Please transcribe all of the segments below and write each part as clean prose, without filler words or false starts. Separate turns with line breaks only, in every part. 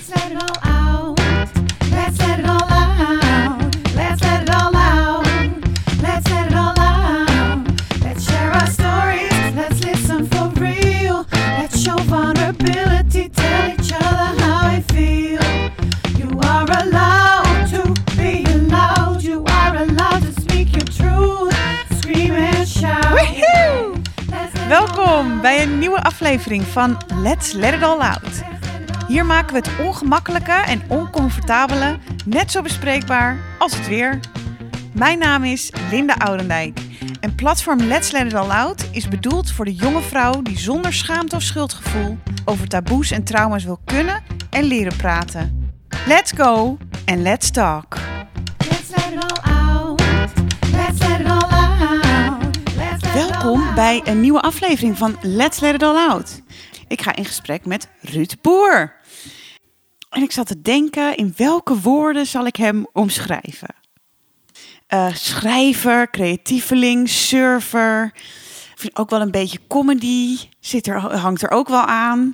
Let's let it all out. Let's let it all out. Let's let it all out. Let's let it all out. Let's share our stories. Let's listen for real. Let's show vulnerability. Tell each other how we feel. You are allowed to be allowed. You are allowed to speak your truth. Scream and shout.
Woehoe! Welkom bij een nieuwe aflevering van Let's Let It All Out. Hier maken we het ongemakkelijke en oncomfortabele net zo bespreekbaar als het weer. Mijn naam is Linda Oudendijk en platform Let's Let It All Out is bedoeld voor de jonge vrouw die zonder schaamte of schuldgevoel over taboes en trauma's wil kunnen en leren praten. Let's go and let's talk.
Let's let it all out. Let's let it all out. Let's let it all
Welkom bij een nieuwe aflevering van Let's Let It All Out. Ik ga in gesprek met Ruud Boer. En ik zat te denken, in welke woorden zal ik hem omschrijven? Schrijver, creatieveling, surfer. Ik vind ook wel een beetje comedy. Hangt er ook wel aan.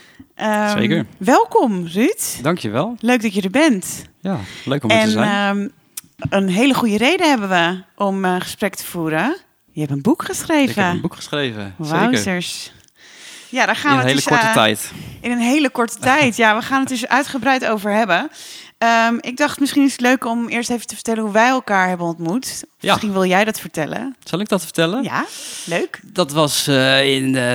Zeker.
Welkom, Ruud.
Dankjewel.
Leuk dat je er bent.
Ja, leuk om er te zijn.
Een hele goede reden hebben we om een gesprek te voeren. Je hebt een boek geschreven.
Ik heb een boek geschreven, zeker.
Wowzers. Ja, daar gaan
In
we
een hele korte tijd.
In een hele korte tijd, ja. We gaan het dus uitgebreid over hebben. Ik dacht, misschien is het leuk om eerst even te vertellen hoe wij elkaar hebben ontmoet.
Ja.
Misschien wil jij dat vertellen.
Zal ik dat vertellen?
Ja, leuk.
Dat was in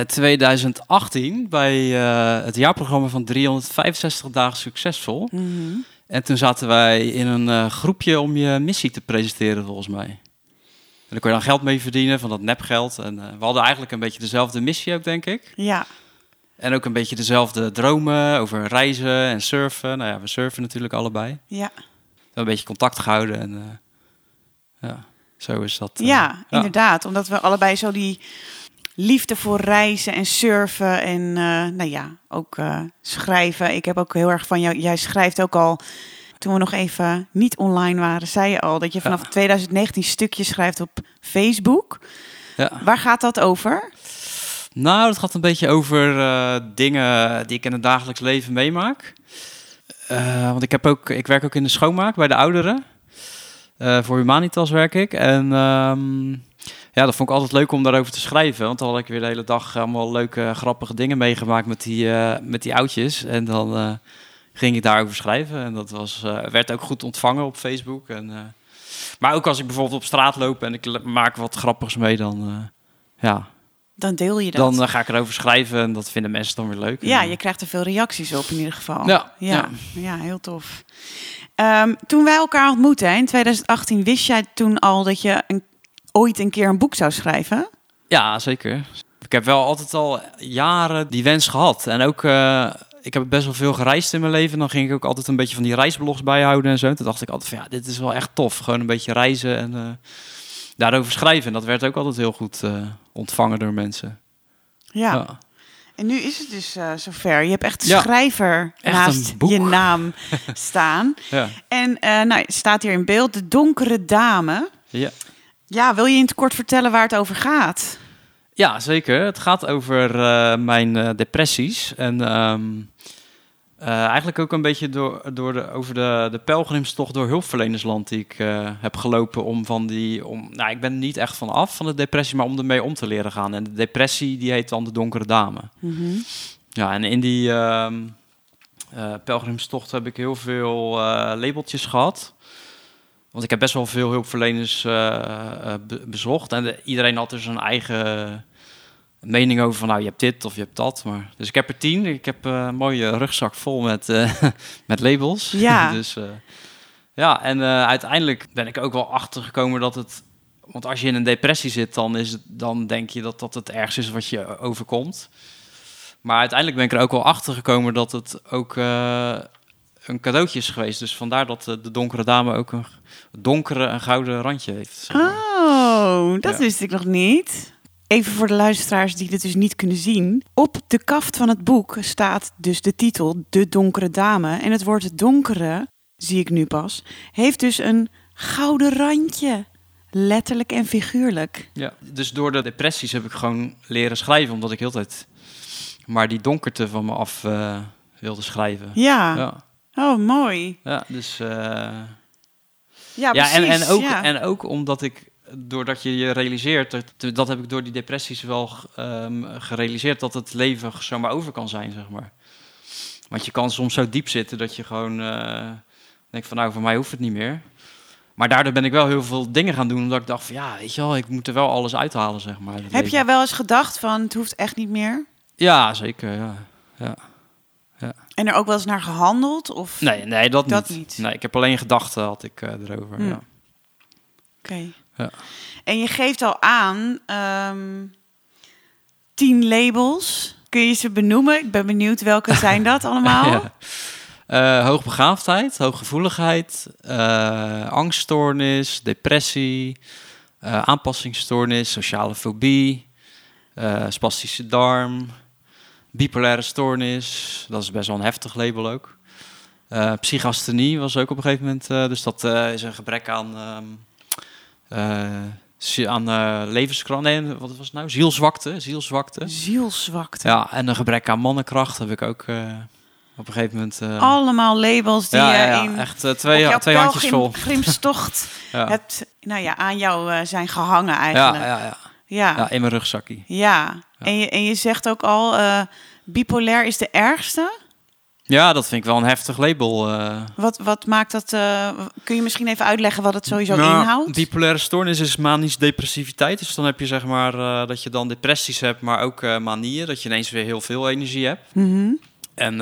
2018 bij het jaarprogramma van 365 dagen succesvol.
Mm-hmm.
En toen zaten wij in een groepje om je missie te presenteren, volgens mij. En daar kon je dan geld mee verdienen, van dat nepgeld. En we hadden eigenlijk een beetje dezelfde missie ook, denk ik.
Ja.
En ook een beetje dezelfde dromen over reizen en surfen. Nou ja, we surfen natuurlijk allebei.
Ja.
We hebben een beetje contact gehouden en ja, zo is dat.
Ja, inderdaad. Omdat we allebei zo die liefde voor reizen en surfen en nou ja, ook schrijven. Ik heb ook heel erg van jou, jij schrijft ook al, toen we nog even niet online waren, zei je al dat je vanaf 2019 stukjes schrijft op Facebook.
Ja.
Waar gaat dat over?
Nou, het gaat een beetje over dingen die ik in het dagelijks leven meemaak. Want ik werk ook in de schoonmaak bij de ouderen. Voor Humanitas werk ik. En ja, dat vond ik altijd leuk om daarover te schrijven. Want dan had ik weer de hele dag allemaal leuke, grappige dingen meegemaakt met die oudjes. En dan ging ik daarover schrijven. En dat werd ook goed ontvangen op Facebook. Maar ook als ik bijvoorbeeld op straat loop en ik maak wat grappigs mee, dan
Dan deel je dat.
dan ga ik erover schrijven en dat vinden mensen dan weer leuk.
Ja, je krijgt er veel reacties op in ieder geval.
Ja.
Ja, heel tof. Toen wij elkaar ontmoetten in 2018, wist jij toen al dat je ooit een keer een boek zou schrijven?
Ja, zeker. Ik heb wel altijd al jaren die wens gehad. En ook, ik heb best wel veel gereisd in mijn leven. Dan ging ik ook altijd een beetje van die reisblogs bijhouden en zo. Toen dacht ik altijd van, ja, dit is wel echt tof. Gewoon een beetje reizen en daarover schrijven. En dat werd ook altijd heel goed ontvangen door mensen.
Ja. En nu is het dus zover. Je hebt echt
Ja.
schrijver
Echt
naast
een boek.
je naam staan.
Ja.
En nou, het staat hier in beeld, De Donkere Dame.
Ja.
Ja, wil je in het kort vertellen waar het over gaat?
Ja, zeker. Het gaat over mijn depressies. En eigenlijk ook een beetje over de pelgrimstocht door hulpverlenersland die ik heb gelopen nou, ik ben niet echt van af van de depressie, maar om ermee om te leren gaan. En de depressie, die heet dan de Donkere Dame.
Mm-hmm.
Ja, en in die pelgrimstocht heb ik heel veel labeltjes gehad. Want ik heb best wel veel hulpverleners bezocht. En iedereen had dus een eigen mening over van, nou, je hebt dit of je hebt dat. Dus ik heb er 10. Ik heb een mooie rugzak vol met labels.
Ja.
Dus ja, en uiteindelijk ben ik ook wel achtergekomen dat het... Want als je in een depressie zit, dan denk je dat het ergste is wat je overkomt. Maar uiteindelijk ben ik er ook wel achter gekomen dat het ook een cadeautje is geweest. Dus vandaar dat de Donkere Dame ook een donkere en gouden randje heeft. Zeg maar.
Oh, dat
Ja.
wist ik nog niet. Even voor de luisteraars die dit dus niet kunnen zien. Op de kaft van het boek staat dus de titel De Donkere Dame. En het woord donkere, zie ik nu pas, heeft dus een gouden randje. Letterlijk en figuurlijk.
Ja. Dus door de depressies heb ik gewoon leren schrijven, omdat ik heel tijd maar die donkerte van me af wilde schrijven.
Ja.
Ja,
Oh, mooi.
ja dus...
Ja,
ja,
precies.
en ook omdat ik, doordat je realiseert, dat heb ik door die depressies wel gerealiseerd, dat het leven zomaar over kan zijn, zeg maar. Want je kan soms zo diep zitten dat je gewoon denkt van, nou, voor mij hoeft het niet meer. Maar daardoor ben ik wel heel veel dingen gaan doen, omdat ik dacht van, ja, weet je wel, ik moet er wel alles uithalen, zeg maar.
Heb jij wel eens gedacht van, het hoeft echt niet meer?
Ja, zeker, ja.
En er ook wel eens naar gehandeld? Of?
Nee, dat
Dat
niet.
niet.
Nee, ik heb alleen gedachten, had ik erover, ja.
Oké.
Ja.
En je geeft al aan 10 labels. Kun je ze benoemen? Ik ben benieuwd welke zijn dat allemaal?
Ja. Hoogbegaafdheid, hooggevoeligheid, angststoornis, depressie, aanpassingsstoornis, sociale fobie, spastische darm, bipolaire stoornis. Dat is best wel een heftig label ook. Psychasthenie was ook op een gegeven moment. Dus dat is een gebrek aan levenskracht. Nee, wat was het nou? Zielzwakte.
Zielzwakte.
Ja, en een gebrek aan mannenkracht heb ik ook op een gegeven moment...
Allemaal labels die je in
echt twee handjes vol.
Grimstocht
Ja.
hebt, aan jou zijn gehangen eigenlijk.
Ja,
Ja.
in mijn rugzakkie.
Ja. En je zegt ook al, bipolair is de ergste.
Ja, dat vind ik wel een heftig label.
Wat maakt dat? Kun je misschien even uitleggen wat het sowieso
Nou,
inhoudt?
Bipolaire stoornis is manisch depressiviteit. Dus dan heb je zeg maar dat je dan depressies hebt, maar ook manieën. Dat je ineens weer heel veel energie hebt.
Mhm.
En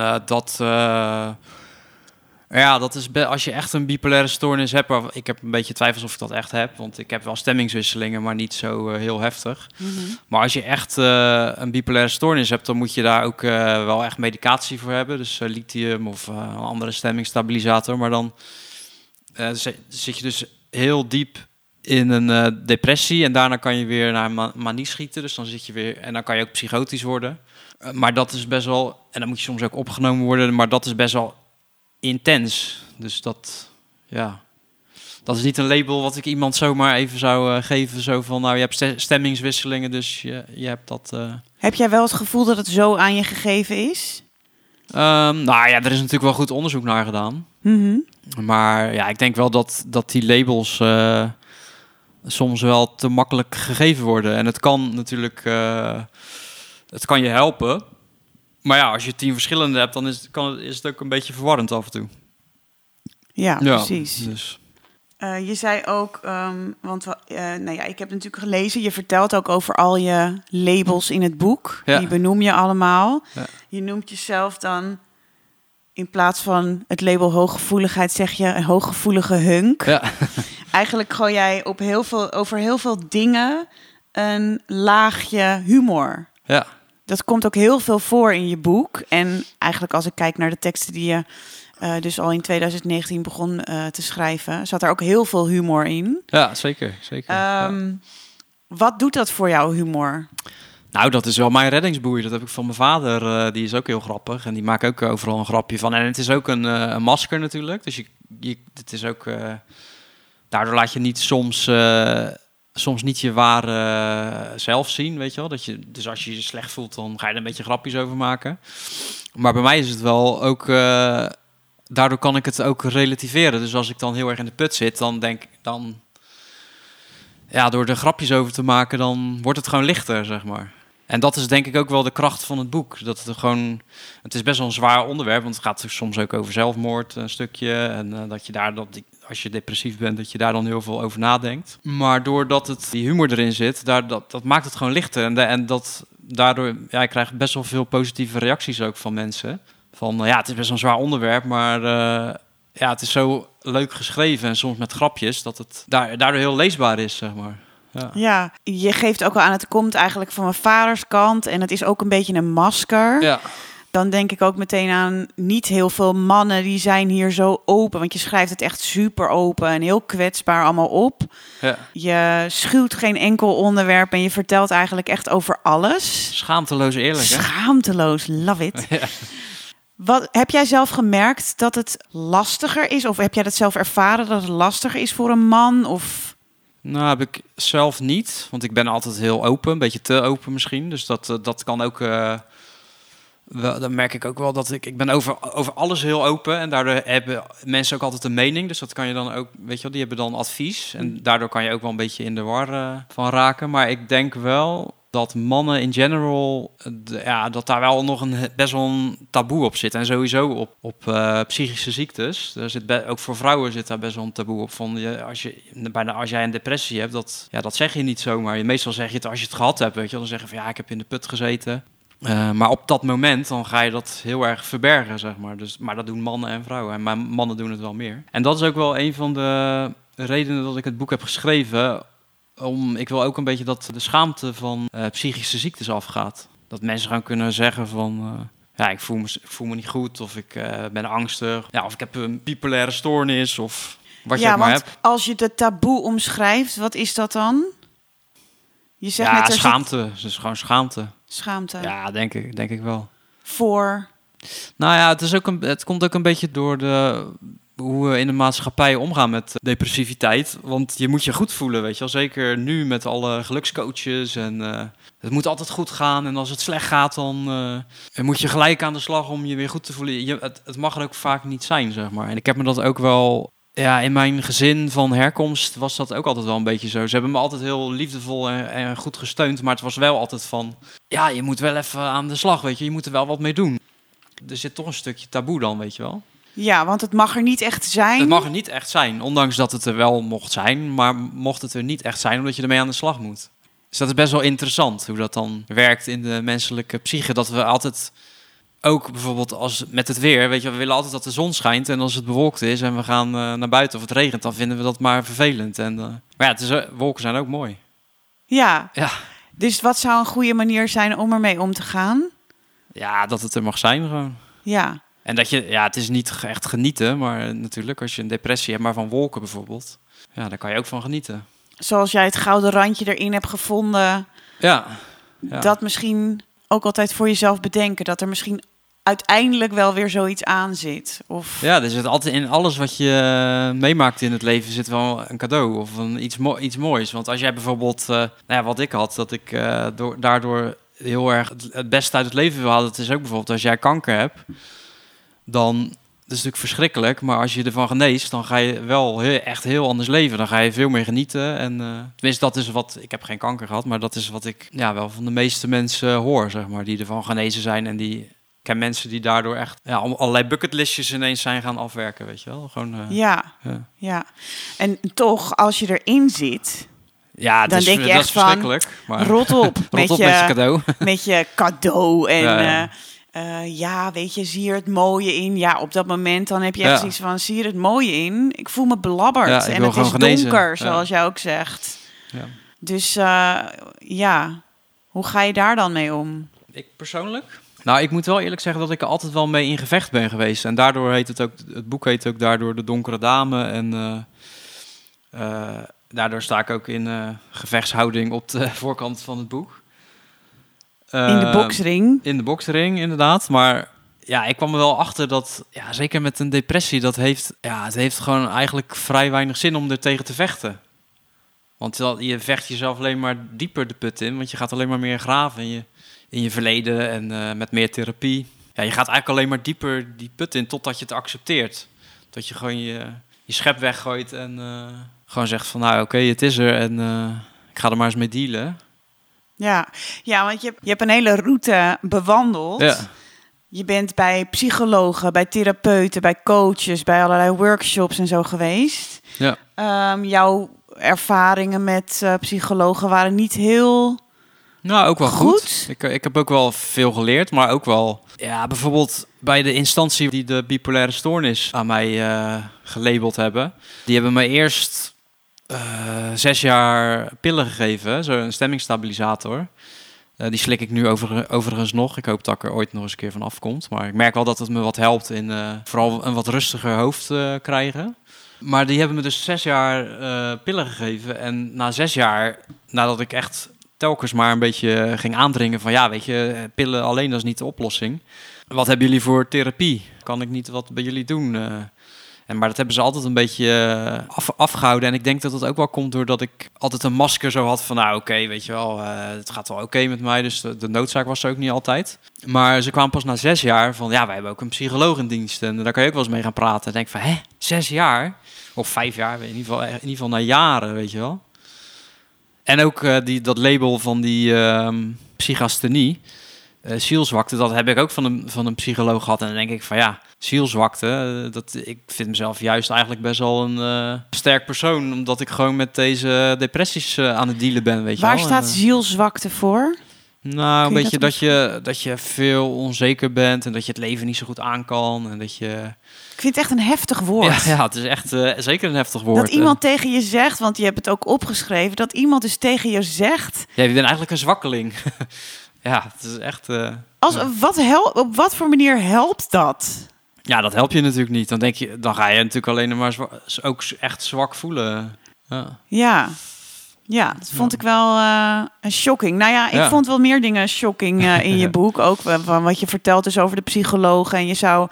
dat is als je echt een bipolaire stoornis hebt. Ik heb een beetje twijfels of ik dat echt heb. Want ik heb wel stemmingswisselingen, maar niet zo heel heftig.
Mhm.
Maar als je echt een bipolaire stoornis hebt, dan moet je daar ook wel echt medicatie voor hebben. Dus lithium of een andere stemmingsstabilisator. Maar dan zit je dus heel diep in een depressie. En daarna kan je weer naar manie schieten. Dus dan zit je weer... En dan kan je ook psychotisch worden. Maar dat is best wel... En dan moet je soms ook opgenomen worden. Maar dat is best wel intens. Dus dat... Ja... Dat is niet een label wat ik iemand zomaar even zou geven. Zo van, nou, je hebt stemmingswisselingen, dus je hebt dat...
Heb jij wel het gevoel dat het zo aan je gegeven is?
Nou ja, er is natuurlijk wel goed onderzoek naar gedaan.
Mhm.
Maar ja, ik denk wel dat die labels soms wel te makkelijk gegeven worden. En het kan natuurlijk... het kan je helpen. Maar ja, als je 10 verschillende hebt, dan is het ook een beetje verwarrend af en toe.
Ja, precies.
Dus...
Je zei ook, ik heb natuurlijk gelezen, je vertelt ook over al je labels in het boek.
Ja.
Die benoem je allemaal.
Ja.
Je noemt jezelf dan, in plaats van het label hooggevoeligheid, zeg je een hooggevoelige hunk.
Ja.
Eigenlijk gooi jij over heel veel dingen een laagje humor.
Ja.
Dat komt ook heel veel voor in je boek. En eigenlijk als ik kijk naar de teksten die je dus al in 2019 begon te schrijven, zat er ook heel veel humor in.
Ja, zeker.
Wat doet dat voor jou, humor?
Nou, dat is wel mijn reddingsboei. Dat heb ik van mijn vader. Die is ook heel grappig. En die maakt ook overal een grapje van. En het is ook een masker natuurlijk. Dus het is ook... daardoor laat je niet soms niet je ware zelf zien, weet je wel. Dus als je je slecht voelt, dan ga je er een beetje grapjes over maken. Maar bij mij is het wel ook... daardoor kan ik het ook relativeren. Dus als ik dan heel erg in de put zit, dan denk ik... door er grapjes over te maken, dan wordt het gewoon lichter, zeg maar. En dat is denk ik ook wel de kracht van het boek. Het is best wel een zwaar onderwerp, want het gaat soms ook over zelfmoord een stukje. En dat je daar, als je depressief bent, dat je daar dan heel veel over nadenkt. Maar doordat die humor erin zit, dat maakt het gewoon lichter. Daardoor ik krijg best wel veel positieve reacties ook van mensen. Van, het is best wel een zwaar onderwerp, maar het is zo leuk geschreven en soms met grapjes, dat het daardoor heel leesbaar is, zeg maar.
Ja, je geeft ook al aan, het komt eigenlijk van mijn vaders kant en het is ook een beetje een masker.
Ja.
Dan denk ik ook meteen aan niet heel veel mannen die zijn hier zo open, want je schrijft het echt super open en heel kwetsbaar allemaal op.
Ja.
Je schuwt geen enkel onderwerp en je vertelt eigenlijk echt over alles.
Schaamteloos eerlijk, hè?
Schaamteloos, love it.
Ja.
Wat heb jij zelf gemerkt dat het lastiger is? Of heb jij dat zelf ervaren dat het lastiger is voor een man? Of...
Nou, heb ik zelf niet. Want ik ben altijd heel open. Een beetje te open misschien. Dus dat kan ook dan merk ik ook wel dat ik ben over alles heel open. En daardoor hebben mensen ook altijd een mening. Dus dat kan je dan ook, weet je wel, die hebben dan advies. En daardoor kan je ook wel een beetje in de war van raken. Maar ik denk wel dat mannen in general, dat daar wel nog best wel een taboe op zit. En sowieso op psychische ziektes. Ook voor vrouwen zit daar best wel een taboe op. Als jij een depressie hebt, dat zeg je niet zomaar. Meestal zeg je het als je het gehad hebt. Weet je wel. Dan zeg je van ik heb in de put gezeten. Maar op dat moment dan ga je dat heel erg verbergen, zeg maar. Maar dat doen mannen en vrouwen. Maar mannen doen het wel meer. En dat is ook wel een van de redenen dat ik het boek heb geschreven. Ik wil ook een beetje dat de schaamte van psychische ziektes afgaat. Dat mensen gaan kunnen zeggen van... ik voel me niet goed, of ik ben angstig. Ja, of ik heb een bipolaire stoornis, of wat je ook maar hebt.
Als je de taboe omschrijft, wat is dat dan? Je zegt net
schaamte. Het is gewoon schaamte.
Schaamte?
Ja, denk ik wel.
Voor?
Nou ja, het komt ook een beetje door hoe we in de maatschappij omgaan met depressiviteit. Want je moet je goed voelen, weet je wel. Zeker nu met alle gelukscoaches en het moet altijd goed gaan. En als het slecht gaat, dan moet je gelijk aan de slag om je weer goed te voelen. Het mag er ook vaak niet zijn, zeg maar. En ik heb me dat ook wel... Ja, in mijn gezin van herkomst was dat ook altijd wel een beetje zo. Ze hebben me altijd heel liefdevol en goed gesteund. Maar het was wel altijd van... Ja, je moet wel even aan de slag, weet je. Je moet er wel wat mee doen. Er zit toch een stukje taboe dan, weet je wel.
Ja, want het mag er niet echt zijn.
Het mag er niet echt zijn, ondanks dat het er wel mocht zijn. Maar mocht het er niet echt zijn, omdat je ermee aan de slag moet. Dus dat is best wel interessant, hoe dat dan werkt in de menselijke psyche. Dat we altijd... Ook bijvoorbeeld als met het weer, weet je, we willen altijd dat de zon schijnt. En als het bewolkt is en we gaan naar buiten of het regent, dan vinden we dat maar vervelend. Maar ja, wolken zijn ook mooi.
Ja, dus wat zou een goede manier zijn om ermee om te gaan?
Ja, dat het er mag zijn gewoon.
Ja.
En dat het is niet echt genieten, maar natuurlijk als je een depressie hebt, maar van wolken bijvoorbeeld. Ja, daar kan je ook van genieten.
Zoals jij het gouden randje erin hebt gevonden.
Ja.
Dat misschien ook altijd voor jezelf bedenken, dat er misschien uiteindelijk wel weer zoiets aan zit. Of... Ja,
er zit altijd in alles wat je meemaakt in het leven zit wel een cadeau of iets moois. Want als jij bijvoorbeeld, wat ik had, dat ik daardoor heel erg het beste uit het leven wil halen. Dat is ook bijvoorbeeld als jij kanker hebt, dan... Dat is natuurlijk verschrikkelijk, maar als je ervan geneest, dan ga je wel echt heel anders leven. Dan ga je veel meer genieten. En tenminste, dat is wat... Ik heb geen kanker gehad, maar dat is wat ik wel van de meeste mensen hoor, zeg maar. Die ervan genezen zijn en ik ken mensen die daardoor echt allerlei bucketlistjes ineens zijn gaan afwerken, weet je wel. Gewoon,
ja. En toch, als je erin zit...
Ja, dan denk je echt van,
maar... rot op
met je cadeau.
Met je cadeau en... weet je, zie je het mooie in? Ja, op dat moment dan heb je echt zoiets van, zie je het mooie in? Ik voel me belabberd en het is
genezen.
Donker, zoals jij ook zegt. Ja. Dus hoe ga je daar dan mee om?
Ik persoonlijk? Nou, ik moet wel eerlijk zeggen dat ik er altijd wel mee in gevecht ben geweest. En daardoor heet het boek heet ook daardoor De Donkere Dame. En daardoor sta ik ook in gevechtshouding op de voorkant van het boek.
In de boksring?
In de boksring, inderdaad. Maar ja, ik kwam er wel achter dat, zeker met een depressie, het heeft gewoon eigenlijk vrij weinig zin om er tegen te vechten. Want je vecht jezelf alleen maar dieper de put in, want je gaat alleen maar meer graven in je verleden en met meer therapie. Ja, je gaat eigenlijk alleen maar dieper die put in totdat je het accepteert. Dat je gewoon je schep weggooit en gewoon zegt van, nou oké, het is er en ik ga er maar eens mee dealen.
Ja, want je hebt een hele route bewandeld.
Ja.
Je bent bij psychologen, bij therapeuten, bij coaches, bij allerlei workshops en zo geweest.
Ja.
Jouw ervaringen met psychologen waren niet heel...
Nou, ook wel goed. Ik heb ook wel veel geleerd, maar ook wel... Ja, bijvoorbeeld bij de instantie die de bipolaire stoornis aan mij gelabeld hebben. Die hebben mij eerst 6 jaar pillen gegeven, zo'n stemmingstabilisator. Die slik ik nu overigens nog. Ik hoop dat ik er ooit nog eens een keer van afkomt. Maar ik merk wel dat het me wat helpt in vooral een wat rustiger hoofd krijgen. Maar die hebben me dus 6 jaar pillen gegeven. En na 6 jaar, nadat ik echt telkens maar een beetje ging aandringen van... weet je, pillen alleen, dat is niet de oplossing. Wat hebben jullie voor therapie? Kan ik niet wat bij jullie doen? Maar dat hebben ze altijd een beetje afgehouden. En ik denk dat dat ook wel komt doordat ik altijd een masker zo had van... nou, oké, weet je wel, het gaat wel oké met mij. Dus de noodzaak was er ook niet altijd. Maar ze kwamen pas na 6 jaar van... ja, wij hebben ook een psycholoog in dienst. En daar kan je ook wel eens mee gaan praten. En denk van, 6 jaar? Of 5 jaar, in ieder geval na jaren, weet je wel. En ook dat label van die psychasthenie... zielzwakte, dat heb ik ook van een psycholoog gehad. En dan denk ik van ja, zielzwakte, ik vind mezelf juist eigenlijk best wel een sterk persoon, omdat ik gewoon met deze depressies aan het dealen ben, weet je
Waar
wel.
staat zielzwakte voor?
Nou, een beetje dat je veel onzeker bent en dat je het leven niet zo goed aan kan en dat je...
Ik vind het echt een heftig woord.
Ja, het is echt zeker een heftig woord.
Dat iemand tegen je zegt, want je hebt het ook opgeschreven, dat iemand dus tegen je zegt...
Ja, je bent eigenlijk een zwakkeling. Ja, het is echt...
Op wat voor manier helpt dat?
Ja, dat helpt je natuurlijk niet. Dan ga je natuurlijk alleen maar ook echt zwak voelen.
Ja, dat vond ik wel een shocking. Nou ja, ik vond wel meer dingen shocking in je boek. Ook van wat je vertelt dus over de psychologen. En je zou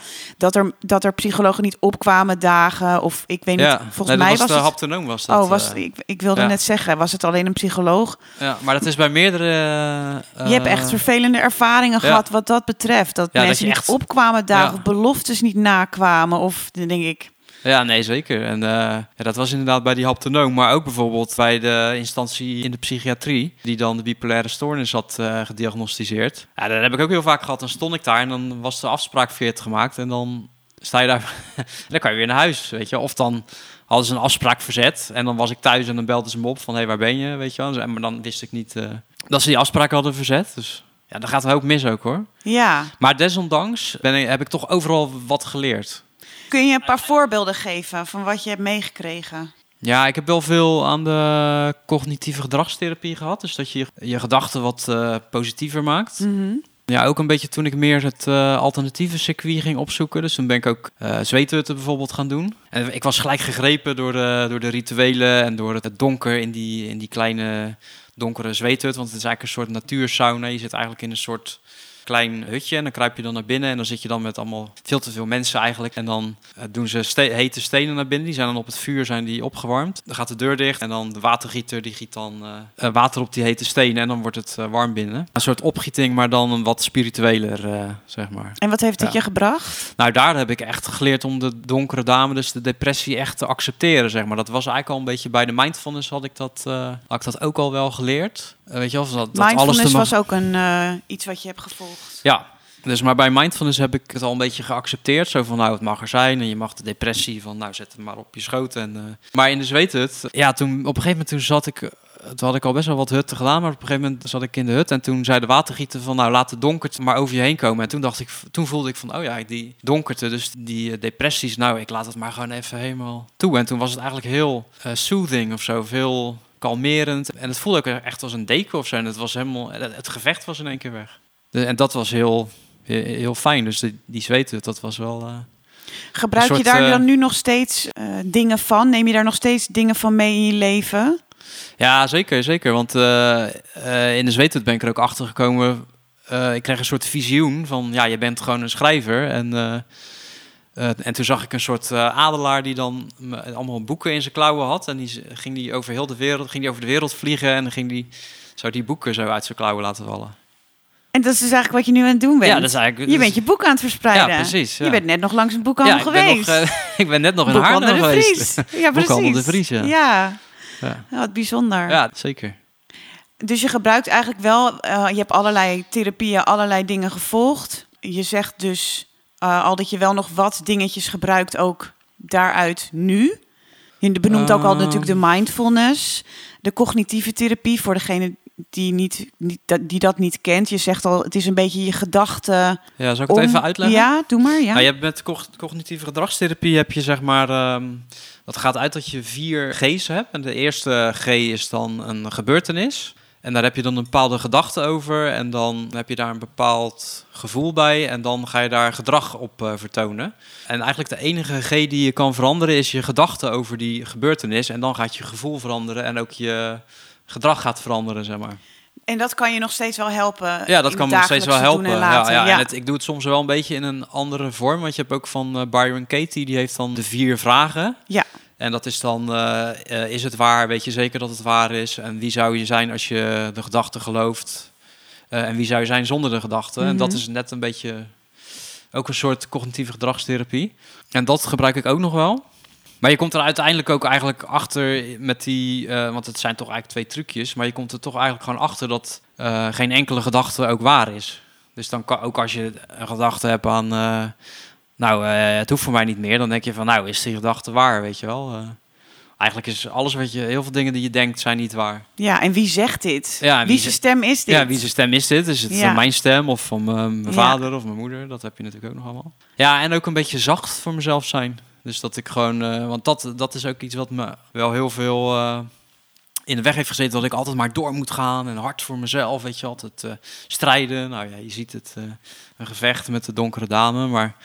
dat er psychologen niet opkwamen dagen. Of ik weet niet, volgens mij was
de
het...
haptonoom was dat.
Ik wilde net zeggen, was het alleen een psycholoog?
Ja, maar dat is bij meerdere...
je hebt echt vervelende ervaringen gehad wat dat betreft. Dat mensen
dat
niet
echt...
opkwamen dagen of beloftes niet nakwamen. Of dan denk ik...
Ja, nee, zeker. En dat was inderdaad bij die haptonoom, maar ook bijvoorbeeld bij de instantie in de psychiatrie, die dan de bipolaire stoornis had gediagnosticeerd. Ja, dat heb ik ook heel vaak gehad. Dan stond ik daar en dan was de afspraak verkeerd gemaakt en dan sta je daar en dan kan je weer naar huis, weet je. Of dan hadden ze een afspraak verzet en dan was ik thuis en dan belden ze me op van, waar ben je, weet je wel. Maar dan wist ik niet dat ze die afspraak hadden verzet, dus... Ja, dan gaat een hoop mis ook, hoor.
Ja.
Maar desondanks heb ik toch overal wat geleerd.
Kun je een paar voorbeelden geven van wat je hebt meegekregen?
Ja, ik heb wel veel aan de cognitieve gedragstherapie gehad. Dus dat je je gedachten wat positiever maakt.
Mm-hmm.
Ja, ook een beetje toen ik meer het alternatieve circuit ging opzoeken. Dus toen ben ik ook zweethutten bijvoorbeeld gaan doen. En ik was gelijk gegrepen door de rituelen en door het donker in die kleine donkere zweethut. Want het is eigenlijk een soort natuursauna. Je zit eigenlijk in een soort klein hutje en dan kruip je dan naar binnen en dan zit je dan met allemaal veel te veel mensen eigenlijk. En dan doen ze hete stenen naar binnen. Die zijn dan op het vuur zijn die opgewarmd. Dan gaat de deur dicht en dan de watergieter die giet dan water op die hete stenen en dan wordt het warm binnen. Een soort opgieting, maar dan een wat spiritueler, zeg maar.
En wat heeft het je gebracht?
Nou, daar heb ik echt geleerd om de donkere dame, dus de depressie, echt te accepteren, zeg maar. Dat was eigenlijk al een beetje bij de mindfulness had ik dat ook al wel geleerd. Weet je wel,
mindfulness was ook iets wat je hebt gevolgd.
Ja, dus maar bij mindfulness heb ik het al een beetje geaccepteerd. Zo van, nou, het mag er zijn en je mag de depressie van, nou, zet het maar op je schoot. Maar in de zweethut, ja, op een gegeven moment toen had ik al best wel wat hutten gedaan, maar op een gegeven moment zat ik in de hut en toen zei de watergieter van, nou, laat de donkerte maar over je heen komen. En toen voelde ik van, oh ja, die donkerte, dus die depressies, nou, ik laat het maar gewoon even helemaal toe. En toen was het eigenlijk heel soothing of zo, veel kalmerend. En het voelde ook echt als een deken of zo. En het was helemaal, het gevecht was in één keer weg. En dat was heel, heel fijn. Dus die zweethut, dat was wel...
Gebruik je daar dan nu nog steeds dingen van? Neem je daar nog steeds dingen van mee in je leven? Ja,
zeker. Want in de zweethut ben ik er ook achter gekomen. Ik kreeg een soort visioen van, ja, je bent gewoon een schrijver. En toen zag ik een soort adelaar die dan allemaal boeken in zijn klauwen had. En die ging over heel de wereld, ging die over de wereld vliegen. En dan zou die boeken zo uit zijn klauwen laten vallen.
En dat is dus eigenlijk wat je nu aan het doen bent.
Ja, dat is eigenlijk,
je bent je boek aan het verspreiden.
Ja, precies. Ja.
Je bent net nog langs een boekhandel geweest.
Ik ben net nog in Haarlem geweest.
Ja, precies.
Boekhandel de Vries,
ja. Wat bijzonder.
Ja, zeker.
Dus je gebruikt eigenlijk wel... je hebt allerlei therapieën, allerlei dingen gevolgd. Je zegt dus al dat je wel nog wat dingetjes gebruikt ook daaruit nu. Je benoemt ook al natuurlijk de mindfulness. De cognitieve therapie voor degene die dat niet kent. Je zegt al, het is een beetje je gedachten.
Ja, zal ik het even uitleggen?
Ja, doe maar. Ja.
Nou, je hebt met cognitieve gedragstherapie heb je zeg maar... dat gaat uit dat je 4 G's hebt. En de eerste G is dan een gebeurtenis. En daar heb je dan een bepaalde gedachte over. En dan heb je daar een bepaald gevoel bij. En dan ga je daar gedrag op vertonen. En eigenlijk de enige G die je kan veranderen is je gedachte over die gebeurtenis. En dan gaat je gevoel veranderen en ook je gedrag gaat veranderen, zeg maar.
En dat kan je nog steeds wel helpen.
Ja, dat
in
kan me
het
nog steeds wel
dagelijkse
helpen.
doen en laten.
Ja. En ik doe het soms wel een beetje in een andere vorm. Want je hebt ook van Byron Katie, die heeft dan de 4 vragen.
Ja.
En dat is dan, is het waar? Weet je zeker dat het waar is? En wie zou je zijn als je de gedachte gelooft? En wie zou je zijn zonder de gedachte? En dat is net een beetje ook een soort cognitieve gedragstherapie. En dat gebruik ik ook nog wel. Maar je komt er uiteindelijk ook eigenlijk achter met die... want het zijn toch eigenlijk 2 trucjes. Maar je komt er toch eigenlijk gewoon achter dat geen enkele gedachte ook waar is. Dus dan kan ook als je een gedachte hebt aan... het hoeft voor mij niet meer. Dan denk je van, nou, is die gedachte waar, weet je wel? Eigenlijk is alles heel veel dingen die je denkt zijn niet waar.
Ja, en wie zegt dit?
Ja,
wie zijn stem is dit?
Ja, wie zijn stem is dit? Is het mijn stem of van mijn vader of mijn moeder? Dat heb je natuurlijk ook nog allemaal. Ja, en ook een beetje zacht voor mezelf zijn. Dus dat ik gewoon... want dat is ook iets wat me wel heel veel in de weg heeft gezeten. Dat ik altijd maar door moet gaan en hard voor mezelf, weet je. Altijd strijden. Nou ja, je ziet het. Een gevecht met de donkere dame, maar...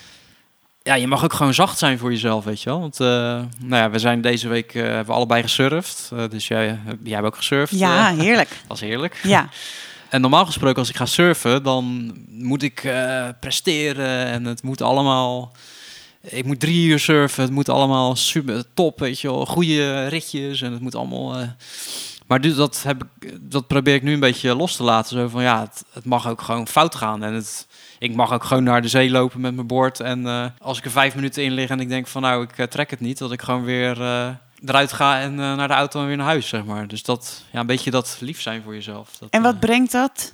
Ja, je mag ook gewoon zacht zijn voor jezelf, weet je wel. Want we zijn deze week hebben we allebei gesurfd. Dus jij hebt ook gesurfd.
Ja, heerlijk.
Dat was heerlijk.
Ja.
En normaal gesproken als ik ga surfen, dan moet ik presteren. En het moet allemaal... Ik moet 3 uur surfen. Het moet allemaal super top, weet je wel. Goede ritjes en het moet allemaal... Maar dat probeer ik nu een beetje los te laten. Zo van, ja, het mag ook gewoon fout gaan. En ik mag ook gewoon naar de zee lopen met mijn boord. En als ik er 5 minuten in lig en ik denk van, nou, ik trek het niet. Dat ik gewoon weer eruit ga en naar de auto en weer naar huis, zeg maar. Dus dat, ja, een beetje dat lief zijn voor jezelf. Dat,
En wat brengt dat?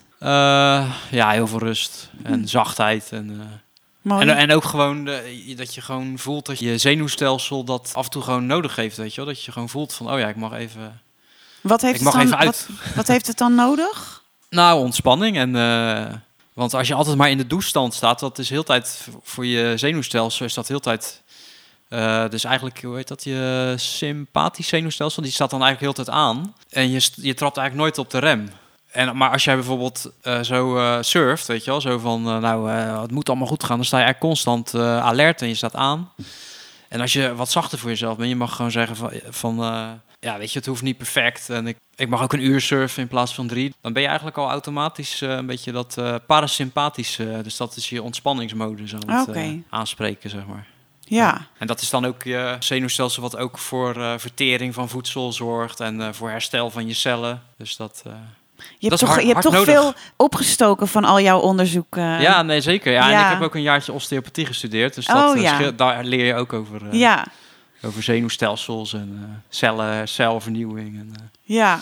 Ja, heel veel rust en zachtheid. En ook gewoon dat je gewoon voelt dat je zenuwstelsel dat af en toe gewoon nodig heeft, weet je wel. Dat je gewoon voelt van, oh ja, ik mag even...
Wat heeft, wat heeft het dan nodig?
Nou, ontspanning. Want als je altijd maar in de douchestand staat, dat is heel tijd voor je zenuwstelsel, is dat heel tijd... dus eigenlijk, hoe heet dat? Je sympathisch zenuwstelsel, die staat dan eigenlijk heel tijd aan. En je trapt eigenlijk nooit op de rem. Maar als jij bijvoorbeeld surft, weet je wel, zo van, het moet allemaal goed gaan, dan sta je eigenlijk constant alert en je staat aan. En als je wat zachter voor jezelf bent, je mag gewoon zeggen van ja, weet je, het hoeft niet perfect. En ik mag ook 1 uur surfen in plaats van 3. Dan ben je eigenlijk al automatisch een beetje dat parasympathische. Dus dat is je ontspanningsmodus aan het aanspreken, zeg maar.
Ja.
En dat is dan ook je zenuwstelsel wat ook voor vertering van voedsel zorgt. En voor herstel van je cellen. Dus dat...
Je hebt toch veel opgestoken van al jouw onderzoek.
Ja, nee, zeker. Ja, en ik heb ook een jaartje osteopathie gestudeerd. Dus daar leer je ook over... Over zenuwstelsels en celvernieuwing. Ja.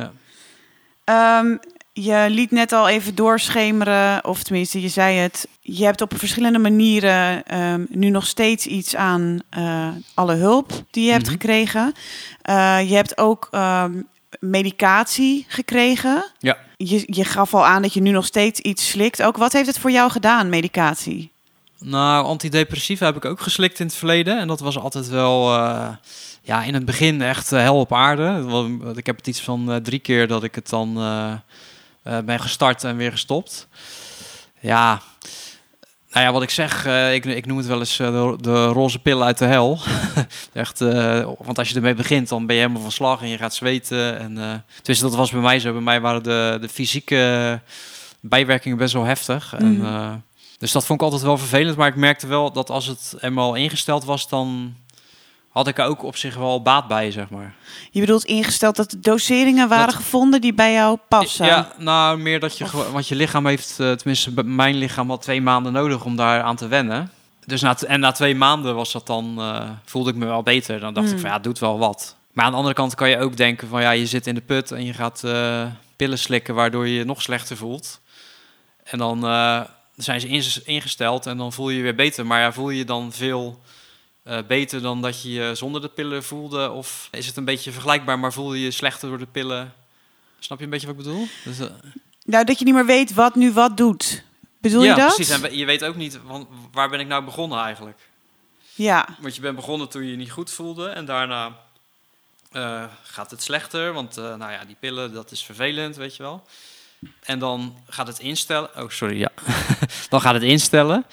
Je liet net al even doorschemeren, of tenminste, je zei het. Je hebt op verschillende manieren nu nog steeds iets aan alle hulp die je hebt gekregen. Je hebt ook medicatie gekregen.
Ja.
Je gaf al aan dat je nu nog steeds iets slikt. Ook wat heeft het voor jou gedaan, medicatie?
Nou, antidepressiva heb ik ook geslikt in het verleden. En dat was altijd wel, in het begin echt hel op aarde. Ik heb het iets van 3 keer dat ik het dan ben gestart en weer gestopt. Ja, nou ja, wat ik zeg, ik noem het wel eens de roze pillen uit de hel. Echt, want als je ermee begint, dan ben je helemaal van slag en je gaat zweten. Dus dat was bij mij zo. Bij mij waren de fysieke bijwerkingen best wel heftig. Dus dat vond ik altijd wel vervelend. Maar ik merkte wel dat als het eenmaal ingesteld was, dan had ik er ook op zich wel baat bij, zeg maar.
Je bedoelt ingesteld dat de doseringen waren gevonden die bij jou passen?
Ja, nou, meer dat je gewoon... Want je lichaam heeft, tenminste mijn lichaam, had 2 maanden nodig om daar aan te wennen. Dus na 2 maanden was dat dan, voelde ik me wel beter. Dan dacht ik van, ja, het doet wel wat. Maar aan de andere kant kan je ook denken van, ja, je zit in de put en je gaat pillen slikken, waardoor je je nog slechter voelt. En dan zijn ze ingesteld en dan voel je je weer beter. Maar ja, voel je je dan veel beter dan dat je je zonder de pillen voelde? Of is het een beetje vergelijkbaar, maar voel je je slechter door de pillen? Snap je een beetje wat ik bedoel? Dus,
nou, dat je niet meer weet wat nu wat doet. Bedoel je dat?
Ja, precies. En je weet ook niet, waar ben ik nou begonnen eigenlijk?
Ja.
Want je bent begonnen toen je je niet goed voelde. En daarna gaat het slechter. Want die pillen, dat is vervelend, weet je wel. En dan gaat het instellen. Oh, sorry, ja. Dan gaat het instellen.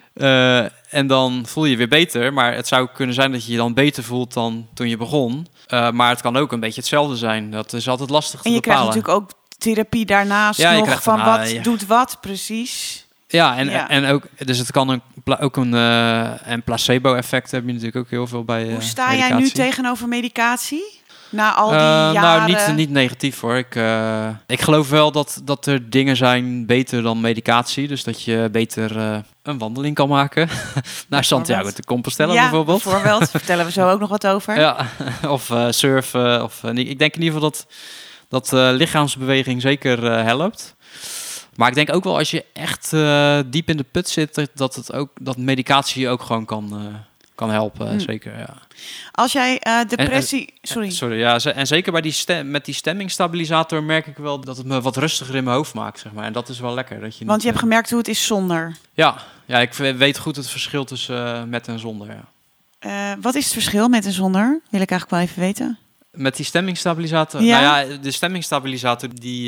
En dan voel je je weer beter. Maar het zou kunnen zijn dat je je dan beter voelt dan toen je begon. Maar het kan ook een beetje hetzelfde zijn. Dat is altijd lastig te bepalen.
En je krijgt natuurlijk ook therapie daarnaast
Ja, je
nog
krijgt
van
daarna,
wat
ja.
doet wat precies.
Ja,
Ja.
en ook, dus het kan ook een placebo-effect heb je natuurlijk ook heel veel bij
Hoe sta jij nu
medicatie.
tegenover medicatie? Na al die
Nou,
jaren...
niet negatief hoor. Ik geloof wel dat er dingen zijn beter dan medicatie. Dus dat je beter een wandeling kan maken. Naar Santiago de Compostela bijvoorbeeld.
Bijvoorbeeld. Vertellen we zo ook nog wat over.
Ja, of surfen. Ik denk in ieder geval dat lichaamsbeweging zeker helpt. Maar ik denk ook wel als je echt diep in de put zit, dat medicatie je ook gewoon kan helpen. Zeker, ja.
Als jij depressie... Sorry.
Ja, en zeker bij met die stemmingstabilisator merk ik wel dat het me wat rustiger in mijn hoofd maakt, zeg maar. En dat is wel lekker. Dat je
Want
niet,
je hebt gemerkt hoe het is zonder.
Ja, ik weet goed het verschil tussen met en zonder, ja.
Wat is het verschil met en zonder? Wil ik eigenlijk wel even weten.
Met die stemmingstabilisator?
Ja.
Nou ja, de stemmingstabilisator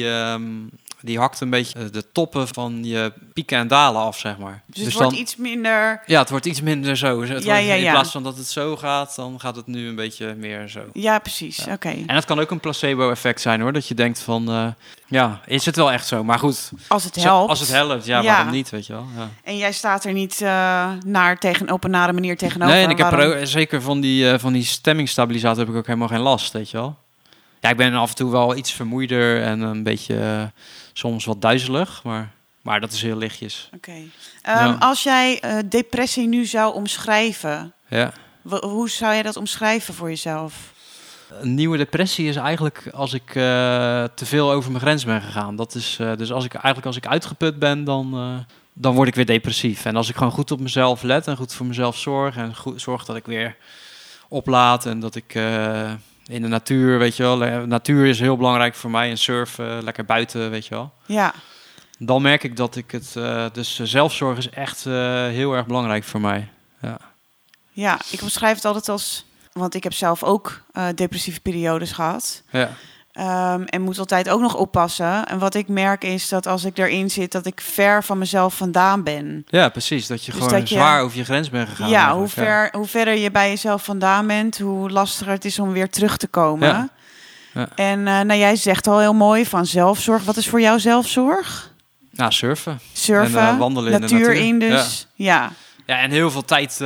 die hakt een beetje de toppen van je pieken en dalen af, zeg maar.
Dus het wordt iets minder...
Ja, het wordt iets minder zo. In
Ja.
plaats van dat het zo gaat, dan gaat het nu een beetje meer zo.
Ja, precies.
Ja.
Oké.
En het kan ook een placebo-effect zijn, hoor. Dat je denkt van, is het wel echt zo? Maar goed,
Als het helpt.
als het helpt, waarom niet, weet je wel. Ja.
En jij staat er niet op een nare manier tegenover.
Nee, en ik heb
Waarom?
er ook, zeker van die stemmingstabilisator heb ik ook helemaal geen last, weet je wel. Ja, ik ben af en toe wel iets vermoeider en een beetje soms wat duizelig, maar dat is heel lichtjes.
Oké.
Ja.
Als jij depressie nu zou omschrijven,
Ja.
hoe zou jij dat omschrijven voor jezelf?
Een nieuwe depressie is eigenlijk als ik te veel over mijn grens ben gegaan. Dat is dus als ik uitgeput ben, dan word ik weer depressief. En als ik gewoon goed op mezelf let en goed voor mezelf zorg en zorg dat ik weer oplaad en dat ik in de natuur, weet je wel, natuur is heel belangrijk voor mij en surfen, lekker buiten, weet je wel.
Ja.
Dan merk ik dat ik het, dus zelfzorg is echt heel erg belangrijk voor mij. Ja.
Ja, ik omschrijf het altijd als... Want ik heb zelf ook depressieve periodes gehad.
Ja.
En moet altijd ook nog oppassen. En wat ik merk is dat als ik erin zit, dat ik ver van mezelf vandaan ben.
Ja, precies. Dat je
Dus
gewoon
dat je-
zwaar over je grens bent gegaan.
Ja,
eigenlijk.
hoe verder je bij jezelf vandaan bent, hoe lastiger het is om weer terug te komen.
Ja. Ja.
En jij zegt al heel mooi van zelfzorg. Wat is voor jou zelfzorg?
Nou, surfen.
Surfen,
En, wandelen in de
natuur
natuur.
in dus. Ja.
Ja, en heel veel tijd,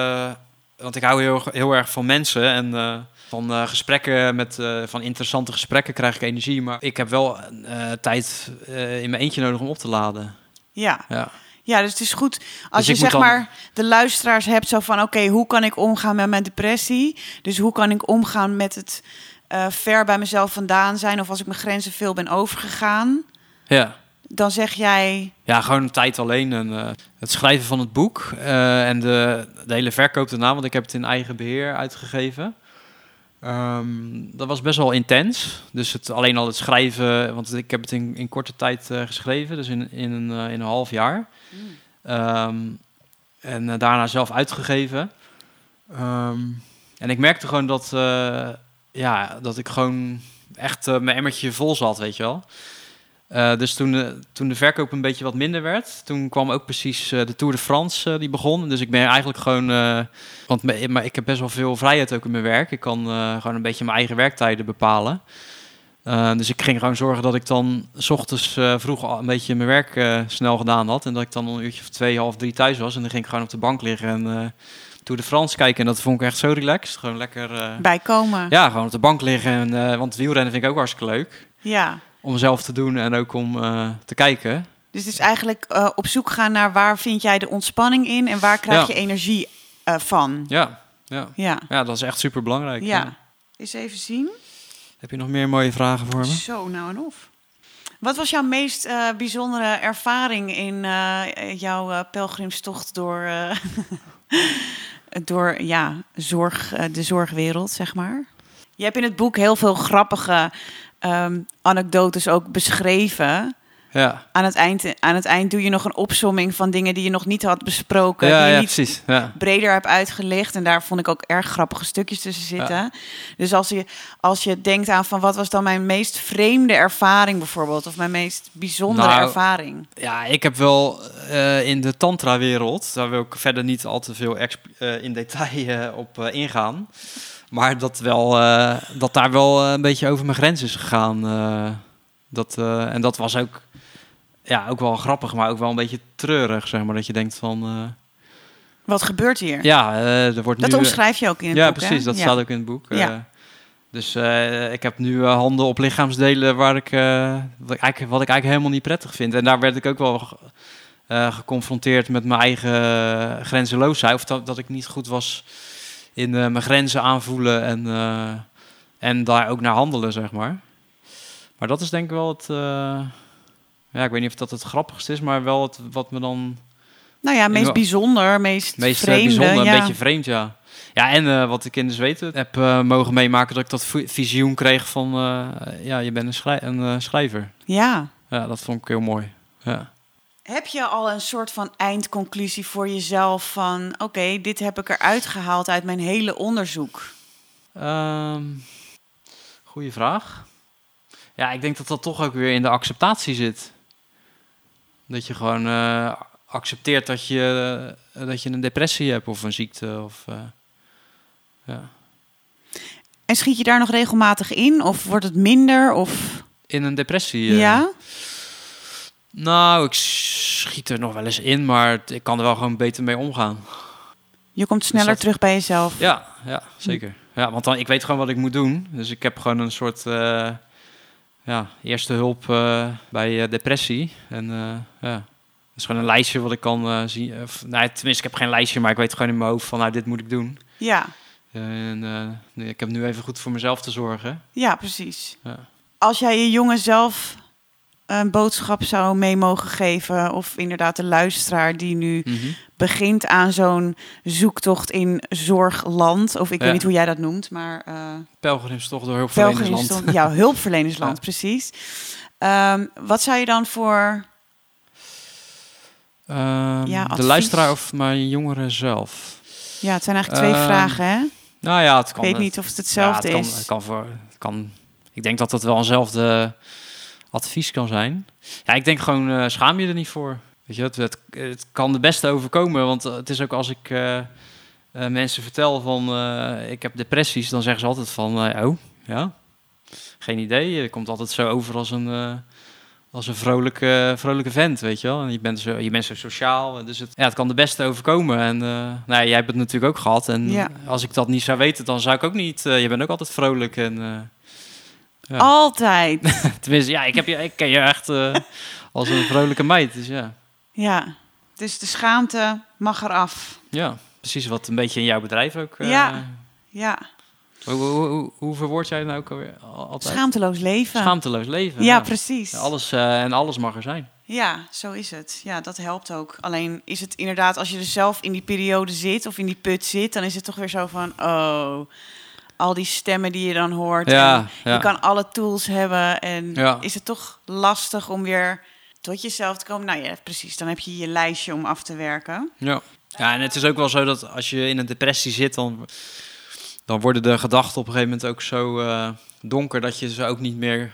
want ik hou heel erg van mensen en van gesprekken van interessante gesprekken krijg ik energie. Maar ik heb wel tijd in mijn eentje nodig om op te laden.
Ja.
Ja.
Ja, dus het is goed als
Dus
je
ik moet
zeg
dan-
maar de luisteraars hebt zo van... oké, hoe kan ik omgaan met mijn depressie? Dus hoe kan ik omgaan met het ver bij mezelf vandaan zijn... of als ik mijn grenzen veel ben overgegaan?
Ja.
Dan zeg jij...
Ja, gewoon een tijd alleen. En, het schrijven van het boek en de hele verkoop daarna, want ik heb het in eigen beheer uitgegeven. Dat was best wel intens. Dus alleen al het schrijven, want ik heb het in korte tijd geschreven, dus in een half jaar. En daarna zelf uitgegeven. En ik merkte gewoon dat ik gewoon echt mijn emmertje vol zat, weet je wel. Dus toen de verkoop een beetje wat minder werd, toen kwam ook precies de Tour de France die begon. Dus ik ben eigenlijk gewoon, maar ik heb best wel veel vrijheid ook in mijn werk. Ik kan gewoon een beetje mijn eigen werktijden bepalen. Dus ik ging gewoon zorgen dat ik dan 's ochtends vroeg al een beetje mijn werk snel gedaan had. En dat ik dan een uurtje of 2, 2:30 thuis was. En dan ging ik gewoon op de bank liggen en Tour de France kijken. En dat vond ik echt zo relaxed. Gewoon lekker...
Bijkomen.
Ja, gewoon op de bank liggen. En, want wielrennen vind ik ook hartstikke leuk.
Ja.
Om zelf te doen en ook om te kijken.
Dus het is eigenlijk op zoek gaan naar waar vind jij de ontspanning in... en waar krijg je energie van.
Ja, dat is echt super belangrijk.
Ja. Eens even zien.
Heb je nog meer mooie vragen voor me?
Zo, nou en of. Wat was jouw meest bijzondere ervaring in jouw pelgrimstocht door, de zorgwereld, zeg maar? Je hebt in het boek heel veel grappige anekdotes ook beschreven.
Ja.
Aan het eind doe je nog een opsomming van dingen die je nog niet had besproken. die je niet
precies. Ja.
breder hebt uitgelicht. En daar vond ik ook erg grappige stukjes tussen zitten. Ja. Dus als je denkt aan van wat was dan mijn meest vreemde ervaring bijvoorbeeld. Of mijn meest bijzondere ervaring.
Ja, ik heb wel in de tantra-wereld, daar wil ik verder niet al te veel in detail op ingaan. Maar dat daar wel een beetje over mijn grens is gegaan. En dat was ook, ook wel grappig, maar ook wel een beetje treurig, zeg maar. Dat je denkt van...
Wat gebeurt hier?
Er wordt
dat
nu...
omschrijf je ook in het boek,
Ja, precies. Dat staat ook in het boek. Dus ik heb nu handen op lichaamsdelen wat ik eigenlijk helemaal niet prettig vind. En daar werd ik ook wel geconfronteerd met mijn eigen grenzeloosheid. Of dat ik niet goed was in mijn grenzen aanvoelen en daar ook naar handelen, zeg maar. Maar dat is denk ik wel het... ik weet niet of dat het grappigste is, maar wel het wat me dan...
Nou ja, meest bijzonder, meest vreemde.
Bijzonder, een beetje vreemd, ja. Ja, en wat ik in de zweet heb mogen meemaken, dat ik dat visioen kreeg van... je bent een schrijver.
Ja.
Ja, dat vond ik heel mooi. Ja.
Heb je al een soort van eindconclusie voor jezelf van... Oké, dit heb ik eruit gehaald uit mijn hele onderzoek?
Goeie vraag. Ja, ik denk dat dat toch ook weer in de acceptatie zit. Dat je gewoon accepteert dat je een depressie hebt of een ziekte.
En schiet je daar nog regelmatig in? Of wordt het minder? Of...
In een depressie?
Ja?
Nou, ik schiet er nog wel eens in, maar ik kan er wel gewoon beter mee omgaan.
Je komt sneller terug bij jezelf?
Ja, zeker. Ja, want ik weet gewoon wat ik moet doen. Dus ik heb gewoon een soort eerste hulp bij depressie. En dat is gewoon een lijstje wat ik kan zien. Tenminste, ik heb geen lijstje, maar ik weet gewoon in mijn hoofd van dit moet ik doen.
Ja.
En ik heb nu even goed voor mezelf te zorgen.
Ja, precies.
Ja.
Als jij je jongen zelf een boodschap zou mee mogen geven... of inderdaad de luisteraar die nu begint aan zo'n zoektocht in zorgland... of ik weet niet hoe jij dat noemt, maar...
Pelgrimstocht door hulpverlenersland.
Ja, hulpverlenersland, precies. Wat zou je dan voor...
de luisteraar of mijn jongeren zelf?
Ja, het zijn eigenlijk twee vragen, hè?
Nou ja, het kan...
Ik weet niet of het hetzelfde is.
Het kan, ik denk dat het wel eenzelfde advies kan zijn. Ja, ik denk gewoon, schaam je er niet voor. Weet je, het kan de beste overkomen. Want het is ook als ik mensen vertel van... ik heb depressies, dan zeggen ze altijd van... geen idee. Je komt altijd zo over als een vrolijke vent, weet je wel. En je bent zo sociaal. Dus het kan de beste overkomen. En jij hebt het natuurlijk ook gehad. En als ik dat niet zou weten, dan zou ik ook niet... je bent ook altijd vrolijk en...
Altijd.
Tenminste, ik ken je echt als een vrolijke meid. Dus ja.
Ja, dus de schaamte mag eraf.
Ja, precies wat een beetje in jouw bedrijf ook...
Ja.
Hoe verwoord jij het nou ook alweer? Altijd?
Schaamteloos leven.
Schaamteloos leven.
Ja, precies.
Alles mag er zijn.
Ja, zo is het. Ja, dat helpt ook. Alleen is het inderdaad, als je er zelf in die periode zit of in die put zit, dan is het toch weer zo van, al die stemmen die je dan hoort.
Ja.
Je kan alle tools hebben en is het toch lastig om weer tot jezelf te komen. Nou ja, precies. Dan heb je je lijstje om af te werken.
Ja, en het is ook wel zo dat als je in een depressie zit, dan worden de gedachten op een gegeven moment ook zo donker dat je ze ook niet meer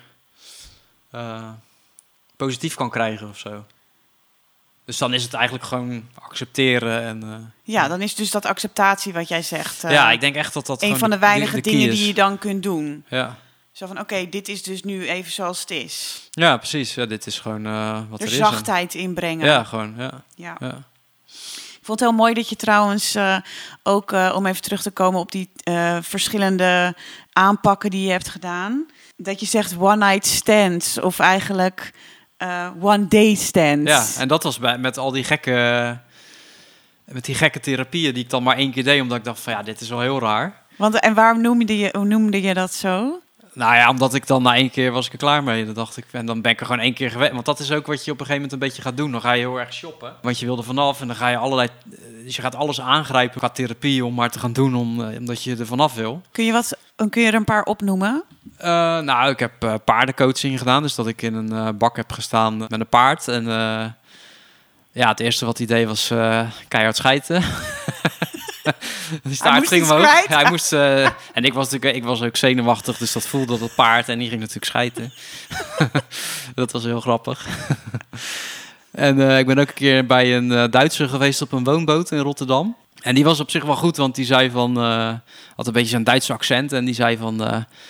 positief kan krijgen of zo. Dus dan is het eigenlijk gewoon accepteren. En,
dan is dus dat acceptatie wat jij zegt.
Ik denk echt dat
een van de weinige dingen
is.
die je dan kunt doen.
Ja.
Zo van, oké, dit is dus nu even zoals het is.
Ja, precies. Ja, dit is gewoon wat er is.
Er zachtheid inbrengen.
Ja, gewoon. Ja.
Ik vond het heel mooi dat je trouwens ook, om even terug te komen op die verschillende aanpakken die je hebt gedaan, dat je zegt one night stands of eigenlijk one day stands.
Ja, en dat was met al die gekke therapieën die ik dan maar 1 keer deed, omdat ik dacht van dit is wel heel raar.
En waarom noemde je dat zo?
Nou ja, omdat ik dan na 1 keer was ik er klaar mee. Dan dacht ik, en dan ben ik er gewoon 1 keer geweest. Want dat is ook wat je op een gegeven moment een beetje gaat doen. Dan ga je heel erg shoppen. Want je wil er vanaf en dan ga je dus je gaat alles aangrijpen qua therapie om maar te gaan doen omdat je er vanaf wil.
Kun je er een paar opnoemen?
Ik heb paardencoaching gedaan. Dus dat ik in een bak heb gestaan met een paard. En het eerste wat hij deed was keihard schijten. Die staart ging omhoog. Hij moest. En ik was ook zenuwachtig, dus dat voelde dat paard. En die ging natuurlijk schijten. Dat was heel grappig. En ik ben ook een keer bij een Duitser geweest op een woonboot in Rotterdam. En die was op zich wel goed, want die zei van... had een beetje zo'n Duitse accent. En die zei van...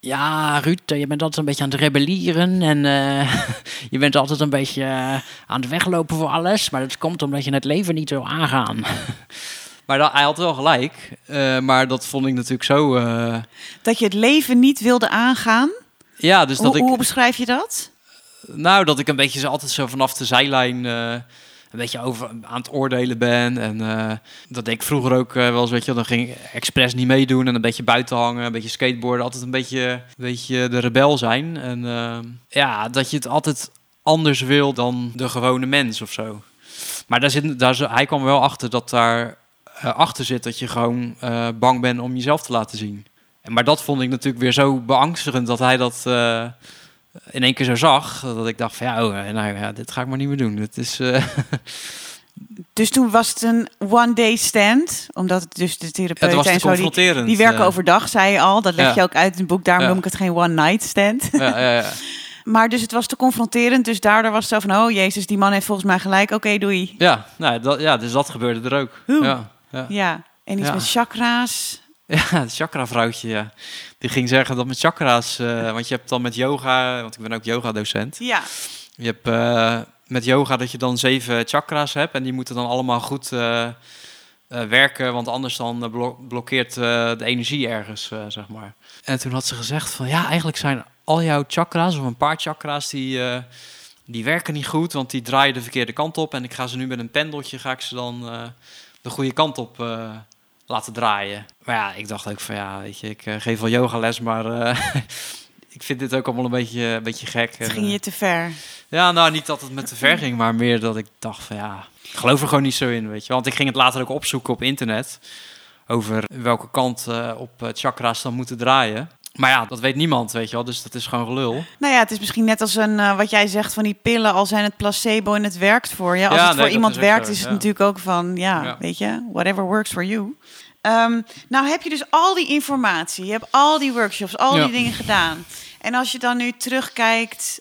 ja, Ruud, je bent altijd een beetje aan het rebelleren en je bent altijd een beetje aan het weglopen voor alles. Maar dat komt omdat je het leven niet wil aangaan. Maar hij had wel gelijk. Maar dat vond ik natuurlijk zo...
Dat je het leven niet wilde aangaan?
Ja, dus dat
Hoe beschrijf je dat?
Nou, dat ik een beetje altijd zo vanaf de zijlijn... een beetje aan het oordelen ben. En dat deed ik vroeger ook wel eens, weet je. Dan ging ik expres niet meedoen en een beetje buiten hangen. Een beetje skateboarden. Altijd een beetje de rebel zijn. En dat je het altijd anders wil dan de gewone mens of zo. Maar hij kwam wel achter dat daar achter zit dat je gewoon bang bent om jezelf te laten zien. Maar dat vond ik natuurlijk weer zo beangstigend dat hij dat in één keer zo zag. Dat ik dacht van dit ga ik maar niet meer doen. Het is...
Dus toen was het een one-day stand, omdat het dus de therapeuten
was
en zo die werken overdag, zei je al. Dat leg je ook uit in het boek, daarom noem ik het geen one-night stand.
Ja.
Maar dus het was te confronterend, dus daardoor was het zo van... oh jezus, die man heeft volgens mij gelijk, oké, doei.
Dus dat gebeurde er ook.
Ja, en iets met chakra's.
Ja, het chakra-vrouwtje, ja. Die ging zeggen dat met chakra's... want je hebt dan met yoga... want ik ben ook yoga-docent.
Ja.
Je hebt met yoga dat je dan 7 chakra's hebt... en die moeten dan allemaal goed werken... want anders dan blokkeert de energie ergens, zeg maar. En toen had ze gezegd van... ja, eigenlijk zijn al jouw chakra's... of een paar chakra's die werken niet goed... want die draaien de verkeerde kant op... en ik ga ze nu met een pendeltje... ga ik ze dan de goede kant op... laten draaien. Maar ja, ik dacht ook van weet je, ik geef wel yogales, maar ik vind dit ook allemaal een beetje gek.
Het ging je te ver?
Ja, nou, niet dat het me te ver ging, maar meer dat ik dacht van ik geloof er gewoon niet zo in, weet je. Want ik ging het later ook opzoeken op internet, over welke kant op chakra's dan moeten draaien. Maar ja, dat weet niemand, weet je wel, dus dat is gewoon gelul.
Nou ja, het is misschien net als wat jij zegt van die pillen, al zijn het placebo en het werkt voor je. Als het voor iemand werkt, is het natuurlijk ook van, weet je, whatever works for you. Nou heb je dus al die informatie, je hebt al die workshops, al die dingen gedaan. En als je dan nu terugkijkt...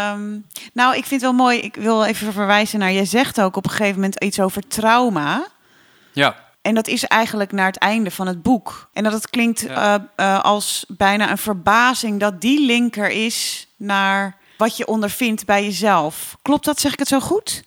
nou, ik vind het wel mooi, ik wil even verwijzen naar... jij zegt ook op een gegeven moment iets over trauma.
Ja.
En dat is eigenlijk naar het einde van het boek. En dat het klinkt als bijna een verbazing... dat die link er is naar wat je ondervindt bij jezelf. Klopt dat? Zeg ik het zo goed?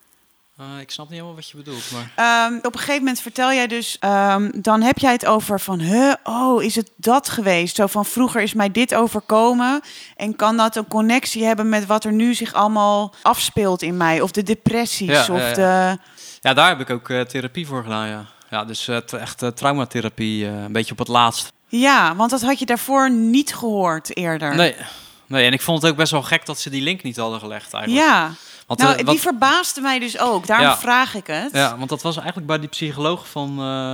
Ik snap niet helemaal wat je bedoelt. Maar...
op een gegeven moment vertel jij dus... dan heb jij het over van... is het dat geweest? Zo van vroeger is mij dit overkomen... en kan dat een connectie hebben met wat er nu zich allemaal afspeelt in mij? Of de depressies?
Ja, daar heb ik ook therapie voor gedaan, ja. Ja, dus echt traumatherapie, een beetje op het laatst.
Ja, want dat had je daarvoor niet gehoord eerder.
Nee, en ik vond het ook best wel gek dat ze die link niet hadden gelegd eigenlijk.
Ja, want, die verbaasde mij dus ook. Daarom vraag ik het. Ja,
want dat was eigenlijk bij die psycholoog van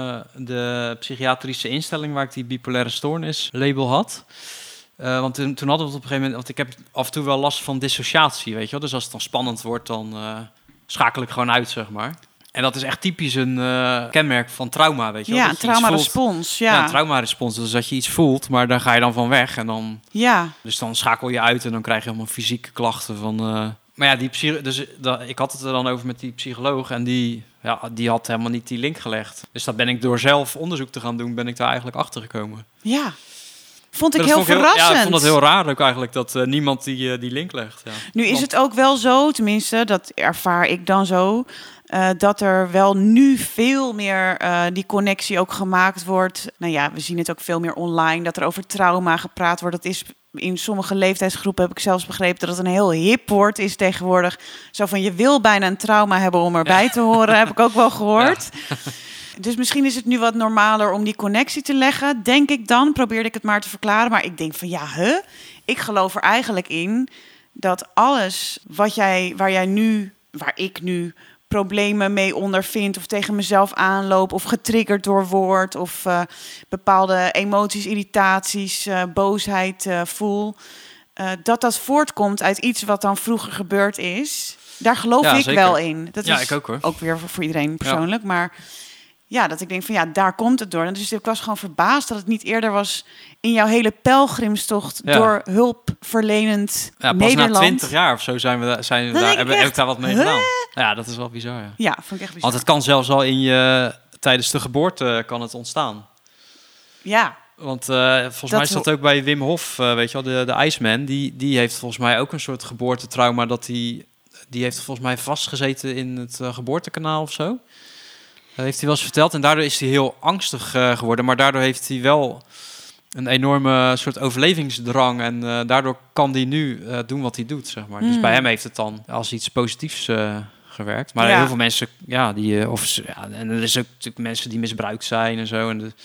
de psychiatrische instelling... waar ik die bipolaire stoornis label had. Want toen hadden we het op een gegeven moment... want ik heb af en toe wel last van dissociatie, weet je wel. Dus als het dan spannend wordt, dan schakel ik gewoon uit, zeg maar. En dat is echt typisch een kenmerk van trauma, weet je wel.
Ja, een traumarespons. Ja,
een traumarespons. Dus dat je iets voelt, maar dan ga je dan van weg. En dan, dus dan schakel je uit en dan krijg je allemaal fysieke klachten van... Maar ja, ik had het er dan over met die psycholoog... en die had helemaal niet die link gelegd. Dus dat ben ik door zelf onderzoek te gaan doen... ben ik daar eigenlijk achter gekomen.
Ja, vond ik heel verrassend.
Ik vond dat heel raar ook eigenlijk... dat niemand die link legt. Ja.
Nu is het ook wel zo, tenminste, dat ervaar ik dan zo... dat er wel nu veel meer die connectie ook gemaakt wordt. Nou ja, we zien het ook veel meer online... dat er over trauma gepraat wordt. Dat is... in sommige leeftijdsgroepen heb ik zelfs begrepen... dat het een heel hip woord is tegenwoordig. Zo van, je wil bijna een trauma hebben om erbij te horen. Heb ik ook wel gehoord. Ja. Dus misschien is het nu wat normaler om die connectie te leggen. Denk ik dan, probeerde ik het maar te verklaren. Maar ik denk van, ik geloof er eigenlijk in... dat alles waar ik nu problemen mee ondervind... of tegen mezelf aanloop of getriggerd door word... of bepaalde emoties, irritaties, boosheid voel... dat voortkomt uit iets wat dan vroeger gebeurd is. Daar geloof ik zeker wel in. Dat is
ik ook, hoor.
Ook weer voor iedereen persoonlijk. Ja. Maar ja, dat ik denk van daar komt het door. En dus ik was gewoon verbaasd dat het niet eerder was... in jouw hele pelgrimstocht door hulpverlenend Nederland.
Pas na 20 jaar of zo zijn we daar, heb ik daar wat mee gedaan. Ja, dat is wel bizar.
Ja, vond ik echt bizar.
Want het kan zelfs al tijdens de geboorte kan het ontstaan.
Ja.
Want volgens mij is dat ook bij Wim Hof, weet je wel, de IJsman. Die heeft volgens mij ook een soort geboortetrauma. Die heeft volgens mij vastgezeten in het geboortekanaal of zo. Dat heeft hij wel eens verteld. En daardoor is hij heel angstig geworden. Maar daardoor heeft hij wel een enorme soort overlevingsdrang. En daardoor kan hij nu doen wat hij doet, zeg maar. Dus bij hem heeft het dan als iets positiefs gewerkt. Maar heel veel mensen, en er is ook natuurlijk mensen die misbruikt zijn en zo. En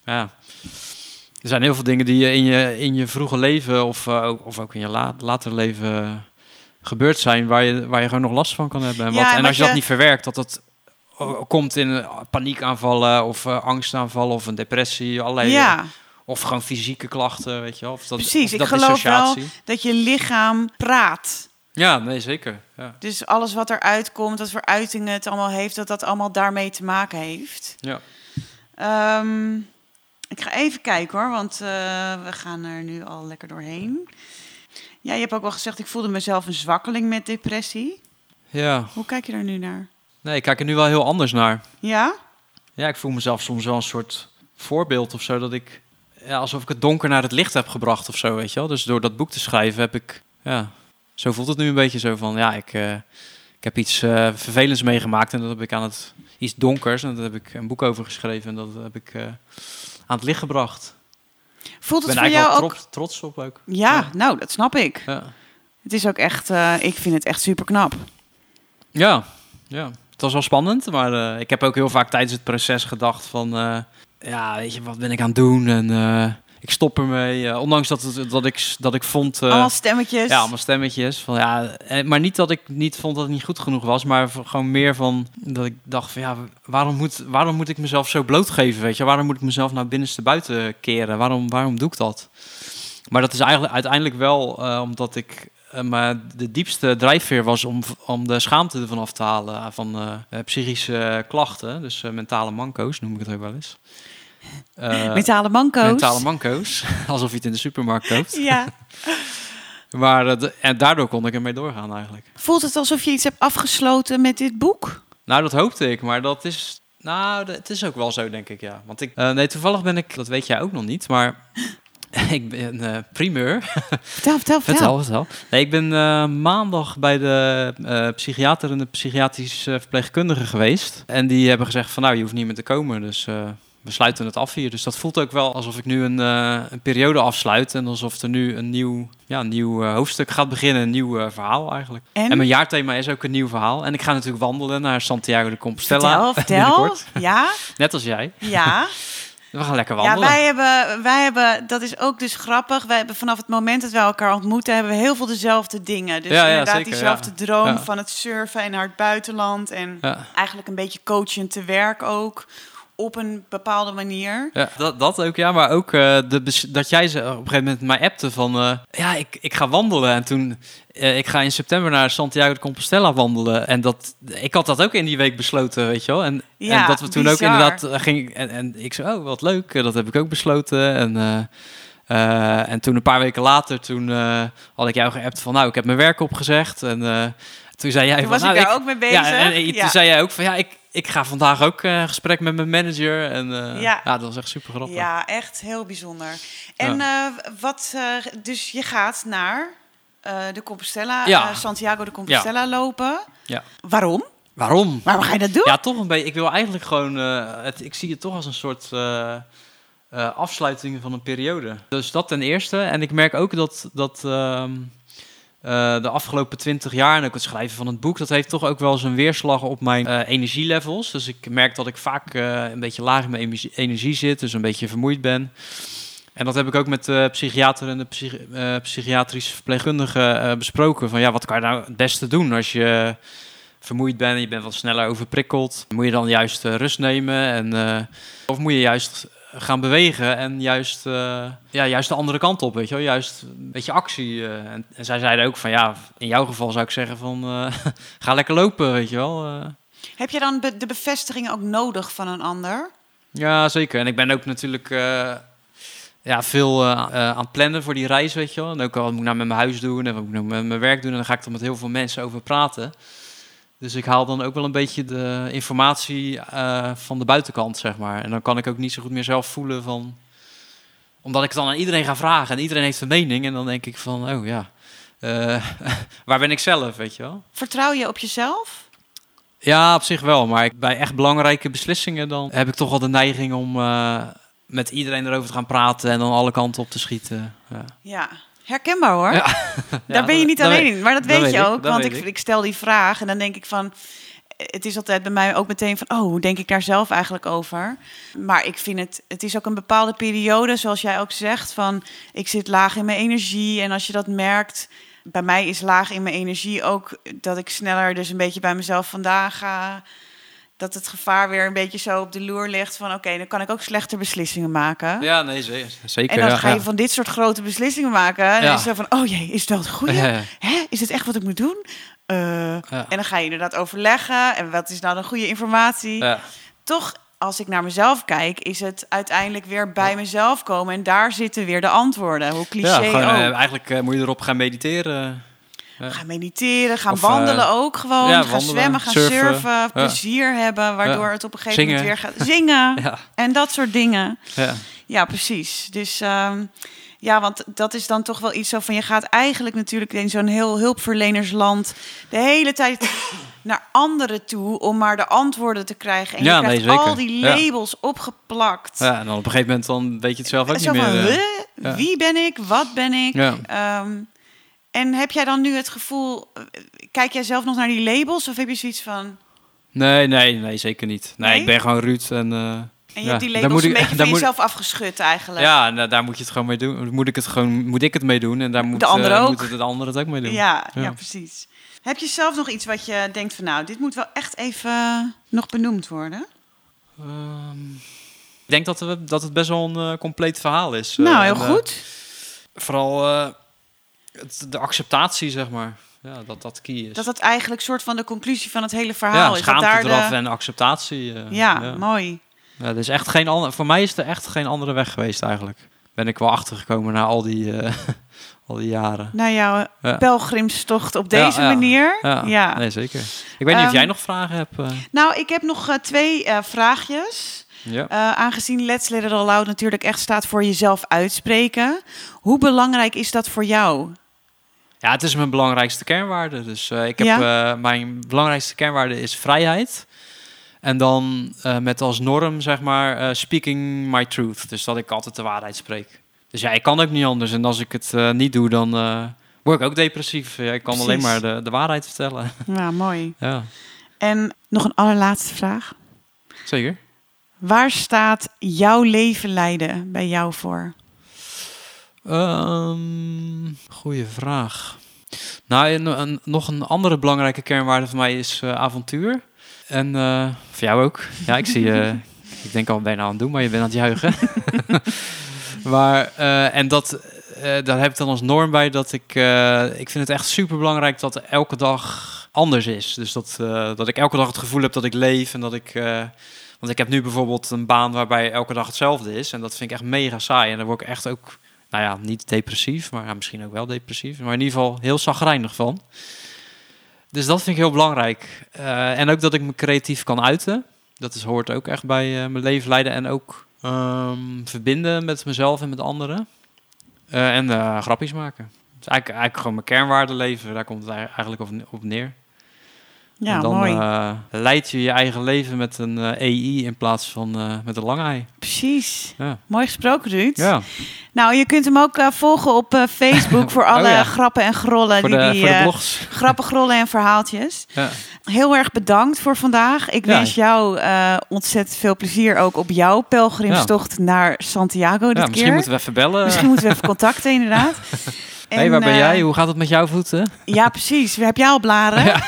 er zijn heel veel dingen die in je vroege leven of ook in je later leven gebeurd zijn, waar je gewoon nog last van kan hebben. En als je dat niet verwerkt, dat het komt in paniekaanvallen of angstaanvallen of een depressie, allerlei of gewoon fysieke klachten, weet je wel.
Precies, ik geloof wel dat je lichaam praat.
Ja, nee, zeker. Ja.
Dus alles wat eruit komt, wat voor uitingen het allemaal heeft, dat allemaal daarmee te maken heeft.
Ja.
Ik ga even kijken hoor, want we gaan er nu al lekker doorheen. Ja, je hebt ook wel gezegd, ik voelde mezelf een zwakkeling met depressie.
Ja.
Hoe kijk je er nu naar?
Nee, ik kijk er nu wel heel anders naar.
Ja? Ja,
ik voel mezelf soms wel een soort voorbeeld of zo, dat ik, alsof ik het donker naar het licht heb gebracht of zo, weet je wel. Dus door dat boek te schrijven heb ik, zo voelt het nu een beetje zo van, ik heb iets vervelends meegemaakt en dat heb ik iets donkers en daar heb ik een boek over geschreven en dat heb ik aan het licht gebracht.
Voelt het
voor jou ook? Ik ben eigenlijk trots op ook.
Ja, nou, dat snap ik. Ja. Het is ook echt, ik vind het echt super knap.
Ja. Het was wel spannend, maar ik heb ook heel vaak tijdens het proces gedacht van, weet je, wat ben ik aan het doen? En ik stop ermee, ondanks dat ik vond...
allemaal stemmetjes.
Ja, allemaal stemmetjes. Van, maar niet dat ik niet vond dat het niet goed genoeg was, maar gewoon meer van dat ik dacht van, waarom moet ik mezelf zo blootgeven, weet je? Waarom moet ik mezelf naar binnenste buiten keren? Waarom doe ik dat? Maar dat is eigenlijk uiteindelijk wel omdat ik... maar de diepste drijfveer was om de schaamte ervan af te halen van psychische klachten. Dus mentale manco's noem ik het ook wel eens.
Mentale manco's?
Mentale manco's, alsof je het in de supermarkt koopt.
Ja.
Maar en daardoor kon ik ermee doorgaan eigenlijk.
Voelt het alsof je iets hebt afgesloten met dit boek?
Nou, dat hoopte ik, maar dat is... Nou, het is ook wel zo, denk ik, ja. Want toevallig ben ik... Dat weet jij ook nog niet, maar... Ik ben primeur. Vertel. Nee, ik ben maandag bij de psychiater en de psychiatrisch verpleegkundige geweest. En die hebben gezegd van, je hoeft niet meer te komen. Dus we sluiten het af hier. Dus dat voelt ook wel alsof ik nu een periode afsluit. En alsof er nu een nieuw hoofdstuk gaat beginnen. Een nieuw verhaal eigenlijk. En mijn jaarthema is ook een nieuw verhaal. En ik ga natuurlijk wandelen naar Santiago de Compostela.
Vertel. Ja.
Net als jij.
Ja.
We gaan lekker wandelen.
Ja, wij hebben, dat is ook dus grappig. Wij hebben vanaf het moment dat wij elkaar ontmoeten, hebben we heel veel dezelfde dingen. Dus inderdaad zeker, diezelfde droom van het surfen en naar het buitenland. En eigenlijk een beetje coachend te werk ook. Op een bepaalde manier.
Ja, dat ook, ja. Maar ook dat jij ze op een gegeven moment mij appte van... ik ga wandelen. En toen... ik ga in september naar Santiago de Compostela wandelen. En ik had dat ook in die week besloten, weet je wel. En dat we toen bizar. Ook inderdaad gingen... En ik zei, wat leuk. Dat heb ik ook besloten. En toen een paar weken later... Toen had ik jou geappt van... ik heb mijn werk opgezegd. En toen zei jij
toen van... was ik daar ook mee bezig.
Ja, en toen zei jij ook van... Ik ga vandaag ook gesprek met mijn manager. En dat was echt super grappig.
Ja, echt heel bijzonder. En dus je gaat naar de Compostela, Santiago de Compostela lopen. Ja. Waarom? Waarom ga je dat doen?
Ja, toch een beetje. Ik wil eigenlijk gewoon... ik zie het toch als een soort afsluiting van een periode. Dus dat ten eerste. En ik merk ook dat de afgelopen 20 jaar en ook het schrijven van het boek, dat heeft toch ook wel zijn weerslag op mijn energielevels. Dus ik merk dat ik vaak een beetje laag in mijn energie zit, dus een beetje vermoeid ben. En dat heb ik ook met de psychiater en de psychiatrische verpleegkundige besproken. Van wat kan je nou het beste doen als je vermoeid bent en je bent wat sneller overprikkeld? Moet je dan juist rust nemen of moet je juist gaan bewegen en juist de andere kant op, weet je wel, juist een beetje actie. En zij zeiden ook van in jouw geval zou ik zeggen van ga lekker lopen, weet je wel.
Heb je dan de bevestiging ook nodig van een ander?
Ja, zeker. En ik ben ook natuurlijk veel aan het plannen voor die reis, weet je wel. En ook wat moet ik nou met mijn huis doen en wat moet ik nou met mijn werk doen. En dan ga ik er met heel veel mensen over praten. Dus ik haal dan ook wel een beetje de informatie van de buitenkant, zeg maar. En dan kan ik ook niet zo goed meer zelf voelen van... Omdat ik het dan aan iedereen ga vragen en iedereen heeft een mening. En dan denk ik van, oh ja, waar ben ik zelf, weet je wel?
Vertrouw je op jezelf?
Ja, op zich wel. Maar bij echt belangrijke beslissingen dan heb ik toch wel de neiging om met iedereen erover te gaan praten en dan alle kanten op te schieten. Ja.
Ja, herkenbaar hoor.
Ja.
Daar ben je niet alleen in, maar dat weet je ook. Want
weet
ik stel die vraag en dan denk ik van... Het is altijd bij mij ook meteen van... hoe denk ik daar zelf eigenlijk over? Maar ik vind het is ook een bepaalde periode, zoals jij ook zegt... van ik zit laag in mijn energie en als je dat merkt... Bij mij is laag in mijn energie ook dat ik sneller dus een beetje bij mezelf vandaan ga... Dat het gevaar weer een beetje zo op de loer ligt van... oké, dan kan ik ook slechte beslissingen maken.
Ja, nee, zeker.
En dan ga je van dit soort grote beslissingen maken. En dan is het van, oh jee, is dat het goede?
Ja.
Hè? Is het echt wat ik moet doen? En dan ga je inderdaad overleggen. En wat is nou de goede informatie?
Ja.
Toch, als ik naar mezelf kijk... is het uiteindelijk weer bij mezelf komen. En daar zitten weer de antwoorden. Hoe cliché
gewoon,
ook.
eigenlijk moet je erop gaan mediteren.
Gaan mediteren, gaan
Of,
wandelen ook gewoon. Gaan
wandelen,
zwemmen, gaan surfen, plezier hebben... waardoor het op een gegeven moment weer gaat zingen.
Ja.
En dat soort dingen.
Ja.
Ja, precies. Dus want dat is dan toch wel iets zo van... je gaat eigenlijk natuurlijk in zo'n heel hulpverlenersland... de hele tijd naar anderen toe om maar de antwoorden te krijgen. En je krijgt al die labels opgeplakt.
Ja, en dan op een gegeven moment dan weet je het zelf ook
zo
niet
van,
meer.
Wie ben ik? Wat ben ik?
Ja.
En heb jij dan nu het gevoel... Kijk jij zelf nog naar die labels? Of heb je zoiets van...
Nee, zeker niet. Nee, ik ben gewoon Ruud. En
je hebt die labels een beetje van jezelf afgeschud eigenlijk.
Ja, en daar moet je het gewoon mee doen. Moet ik het mee doen. En daar moet
de andere ook.
Moeten de anderen het ook mee doen.
Ja, precies. Heb je zelf nog iets wat je denkt van... nou, dit moet wel echt even nog benoemd worden?
Ik denk dat het best wel een compleet verhaal is.
Nou, heel goed.
Vooral de acceptatie, zeg maar. Ja, dat key is.
Dat eigenlijk soort van de conclusie van het hele verhaal is.
Schaamte
dat daar
eraf en acceptatie.
Mooi.
Ja, er is echt voor mij is er echt geen andere weg geweest eigenlijk. Ben ik wel achtergekomen na al die jaren.
Na jouw pelgrimstocht op deze manier.
Ja, nee, zeker. Ik weet niet of jij nog vragen hebt.
Nou, ik heb nog 2 vraagjes. Ja. Aangezien Let's Let It All Out natuurlijk echt staat voor jezelf uitspreken. Hoe belangrijk is dat voor jou?
Ja, het is mijn belangrijkste kernwaarde. Dus mijn belangrijkste kernwaarde is vrijheid. En dan met als norm, zeg maar, speaking my truth. Dus dat ik altijd de waarheid spreek. Dus ja, ik kan ook niet anders. En als ik het niet doe, dan word ik ook depressief. Ja, ik kan alleen maar de waarheid vertellen.
Ja, mooi.
Ja.
En nog een allerlaatste vraag.
Zeker. Waar
staat jouw leven leiden bij jou voor?
Goeie vraag. Nou, nog een andere belangrijke kernwaarde van mij is avontuur. En voor jou ook. Ja, ik zie ik denk al bijna aan het doen, maar je bent aan het juichen. Maar daar heb ik dan als norm bij dat ik vind het echt super belangrijk dat elke dag anders is. Dus dat ik elke dag het gevoel heb dat ik leef en dat ik... want ik heb nu bijvoorbeeld een baan waarbij elke dag hetzelfde is. En dat vind ik echt mega saai. En daar word ik echt ook, niet depressief, maar misschien ook wel depressief. Maar in ieder geval heel chagrijnig van. Dus dat vind ik heel belangrijk. En ook dat ik me creatief kan uiten. Dat hoort ook echt bij mijn leven leiden. En ook verbinden met mezelf en met anderen. En grapjes maken. Dus eigenlijk gewoon mijn kernwaarden leven. Daar komt het eigenlijk op neer.
Ja,
en dan
mooi.
leid je je eigen leven met een EI in plaats van met een lange ei.
Precies.
Ja.
Mooi gesproken, Ruud.
Ja.
Nou, je kunt hem ook volgen op Facebook voor alle grappen en grollen.
Voor de blogs.
Grappen, grollen en verhaaltjes.
Ja.
Heel erg bedankt voor vandaag. Ik wens jou ontzettend veel plezier ook op jouw pelgrimstocht naar Santiago dit keer.
Misschien moeten we even bellen.
Misschien moeten we even contacten, inderdaad.
Hé, waar ben jij? Hoe gaat het met jouw voeten?
Ja, precies. Heb jij al blaren?
Ja.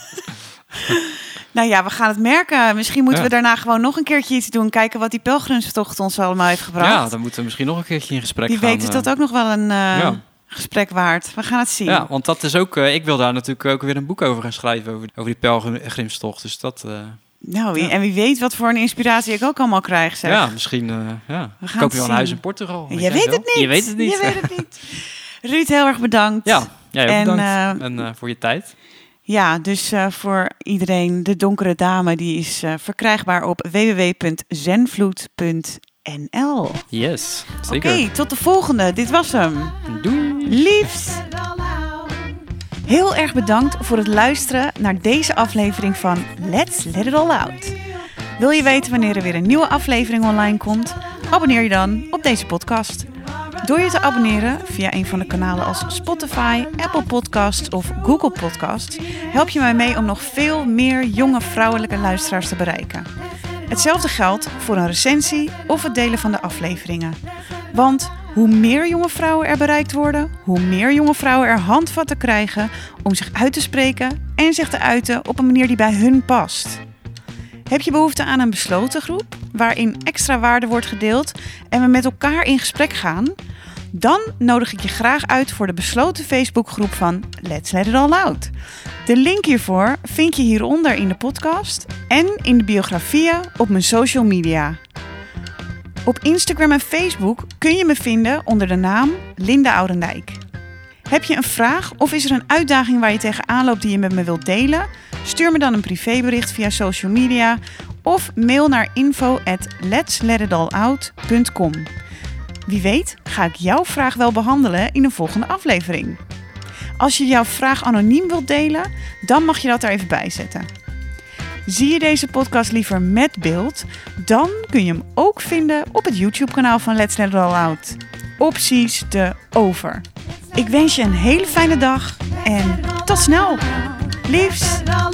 Nou ja, we gaan het merken. Misschien moeten we daarna gewoon nog een keertje iets doen. Kijken wat die pelgrimstocht ons allemaal heeft gebracht.
Ja, dan moeten we misschien nog een keertje in gesprek gaan.
Wie weet is dat ook nog wel een gesprek waard. We gaan het zien.
Ja, want dat is ook... ik wil daar natuurlijk ook weer een boek over gaan schrijven. Over die pelgrimstocht. Dus dat...
En wie weet wat voor een inspiratie ik ook allemaal krijg. Zeg.
Ja, misschien koop je wel een huis in Portugal.
Je weet het niet.
Je weet het niet.
Je weet het niet. Ruud, heel erg bedankt.
Ja, jij ook bedankt. En voor je tijd.
Ja, dus voor iedereen, de donkere dame, die is verkrijgbaar op www.zenvloed.nl. NL.
Yes, zeker.
Oké, tot de volgende. Dit was hem.
Doei.
Liefs. Heel erg bedankt voor het luisteren naar deze aflevering van Let's Let It All Out. Wil je weten wanneer er weer een nieuwe aflevering online komt? Abonneer je dan op deze podcast. Door je te abonneren via een van de kanalen als Spotify, Apple Podcasts of Google Podcasts help je mij mee om nog veel meer jonge vrouwelijke luisteraars te bereiken. Hetzelfde geldt voor een recensie of het delen van de afleveringen. Want hoe meer jonge vrouwen er bereikt worden, hoe meer jonge vrouwen er handvatten krijgen om zich uit te spreken en zich te uiten op een manier die bij hun past. Heb je behoefte aan een besloten groep waarin extra waarde wordt gedeeld en we met elkaar in gesprek gaan? Dan nodig ik je graag uit voor de besloten Facebookgroep van Let's Let It All Out. De link hiervoor vind je hieronder in de podcast en in de biografieën op mijn social media. Op Instagram en Facebook kun je me vinden onder de naam Linda Oudendijk. Heb je een vraag of is er een uitdaging waar je tegenaan loopt die je met me wilt delen? Stuur me dan een privébericht via social media of mail naar info@letsletitалlout.com. Wie weet ga ik jouw vraag wel behandelen in een volgende aflevering. Als je jouw vraag anoniem wilt delen, dan mag je dat er even bij zetten. Zie je deze podcast liever met beeld, dan kun je hem ook vinden op het YouTube-kanaal van Let's Let It All Out. Opties de over. Ik wens je een hele fijne dag en tot snel. Liefs.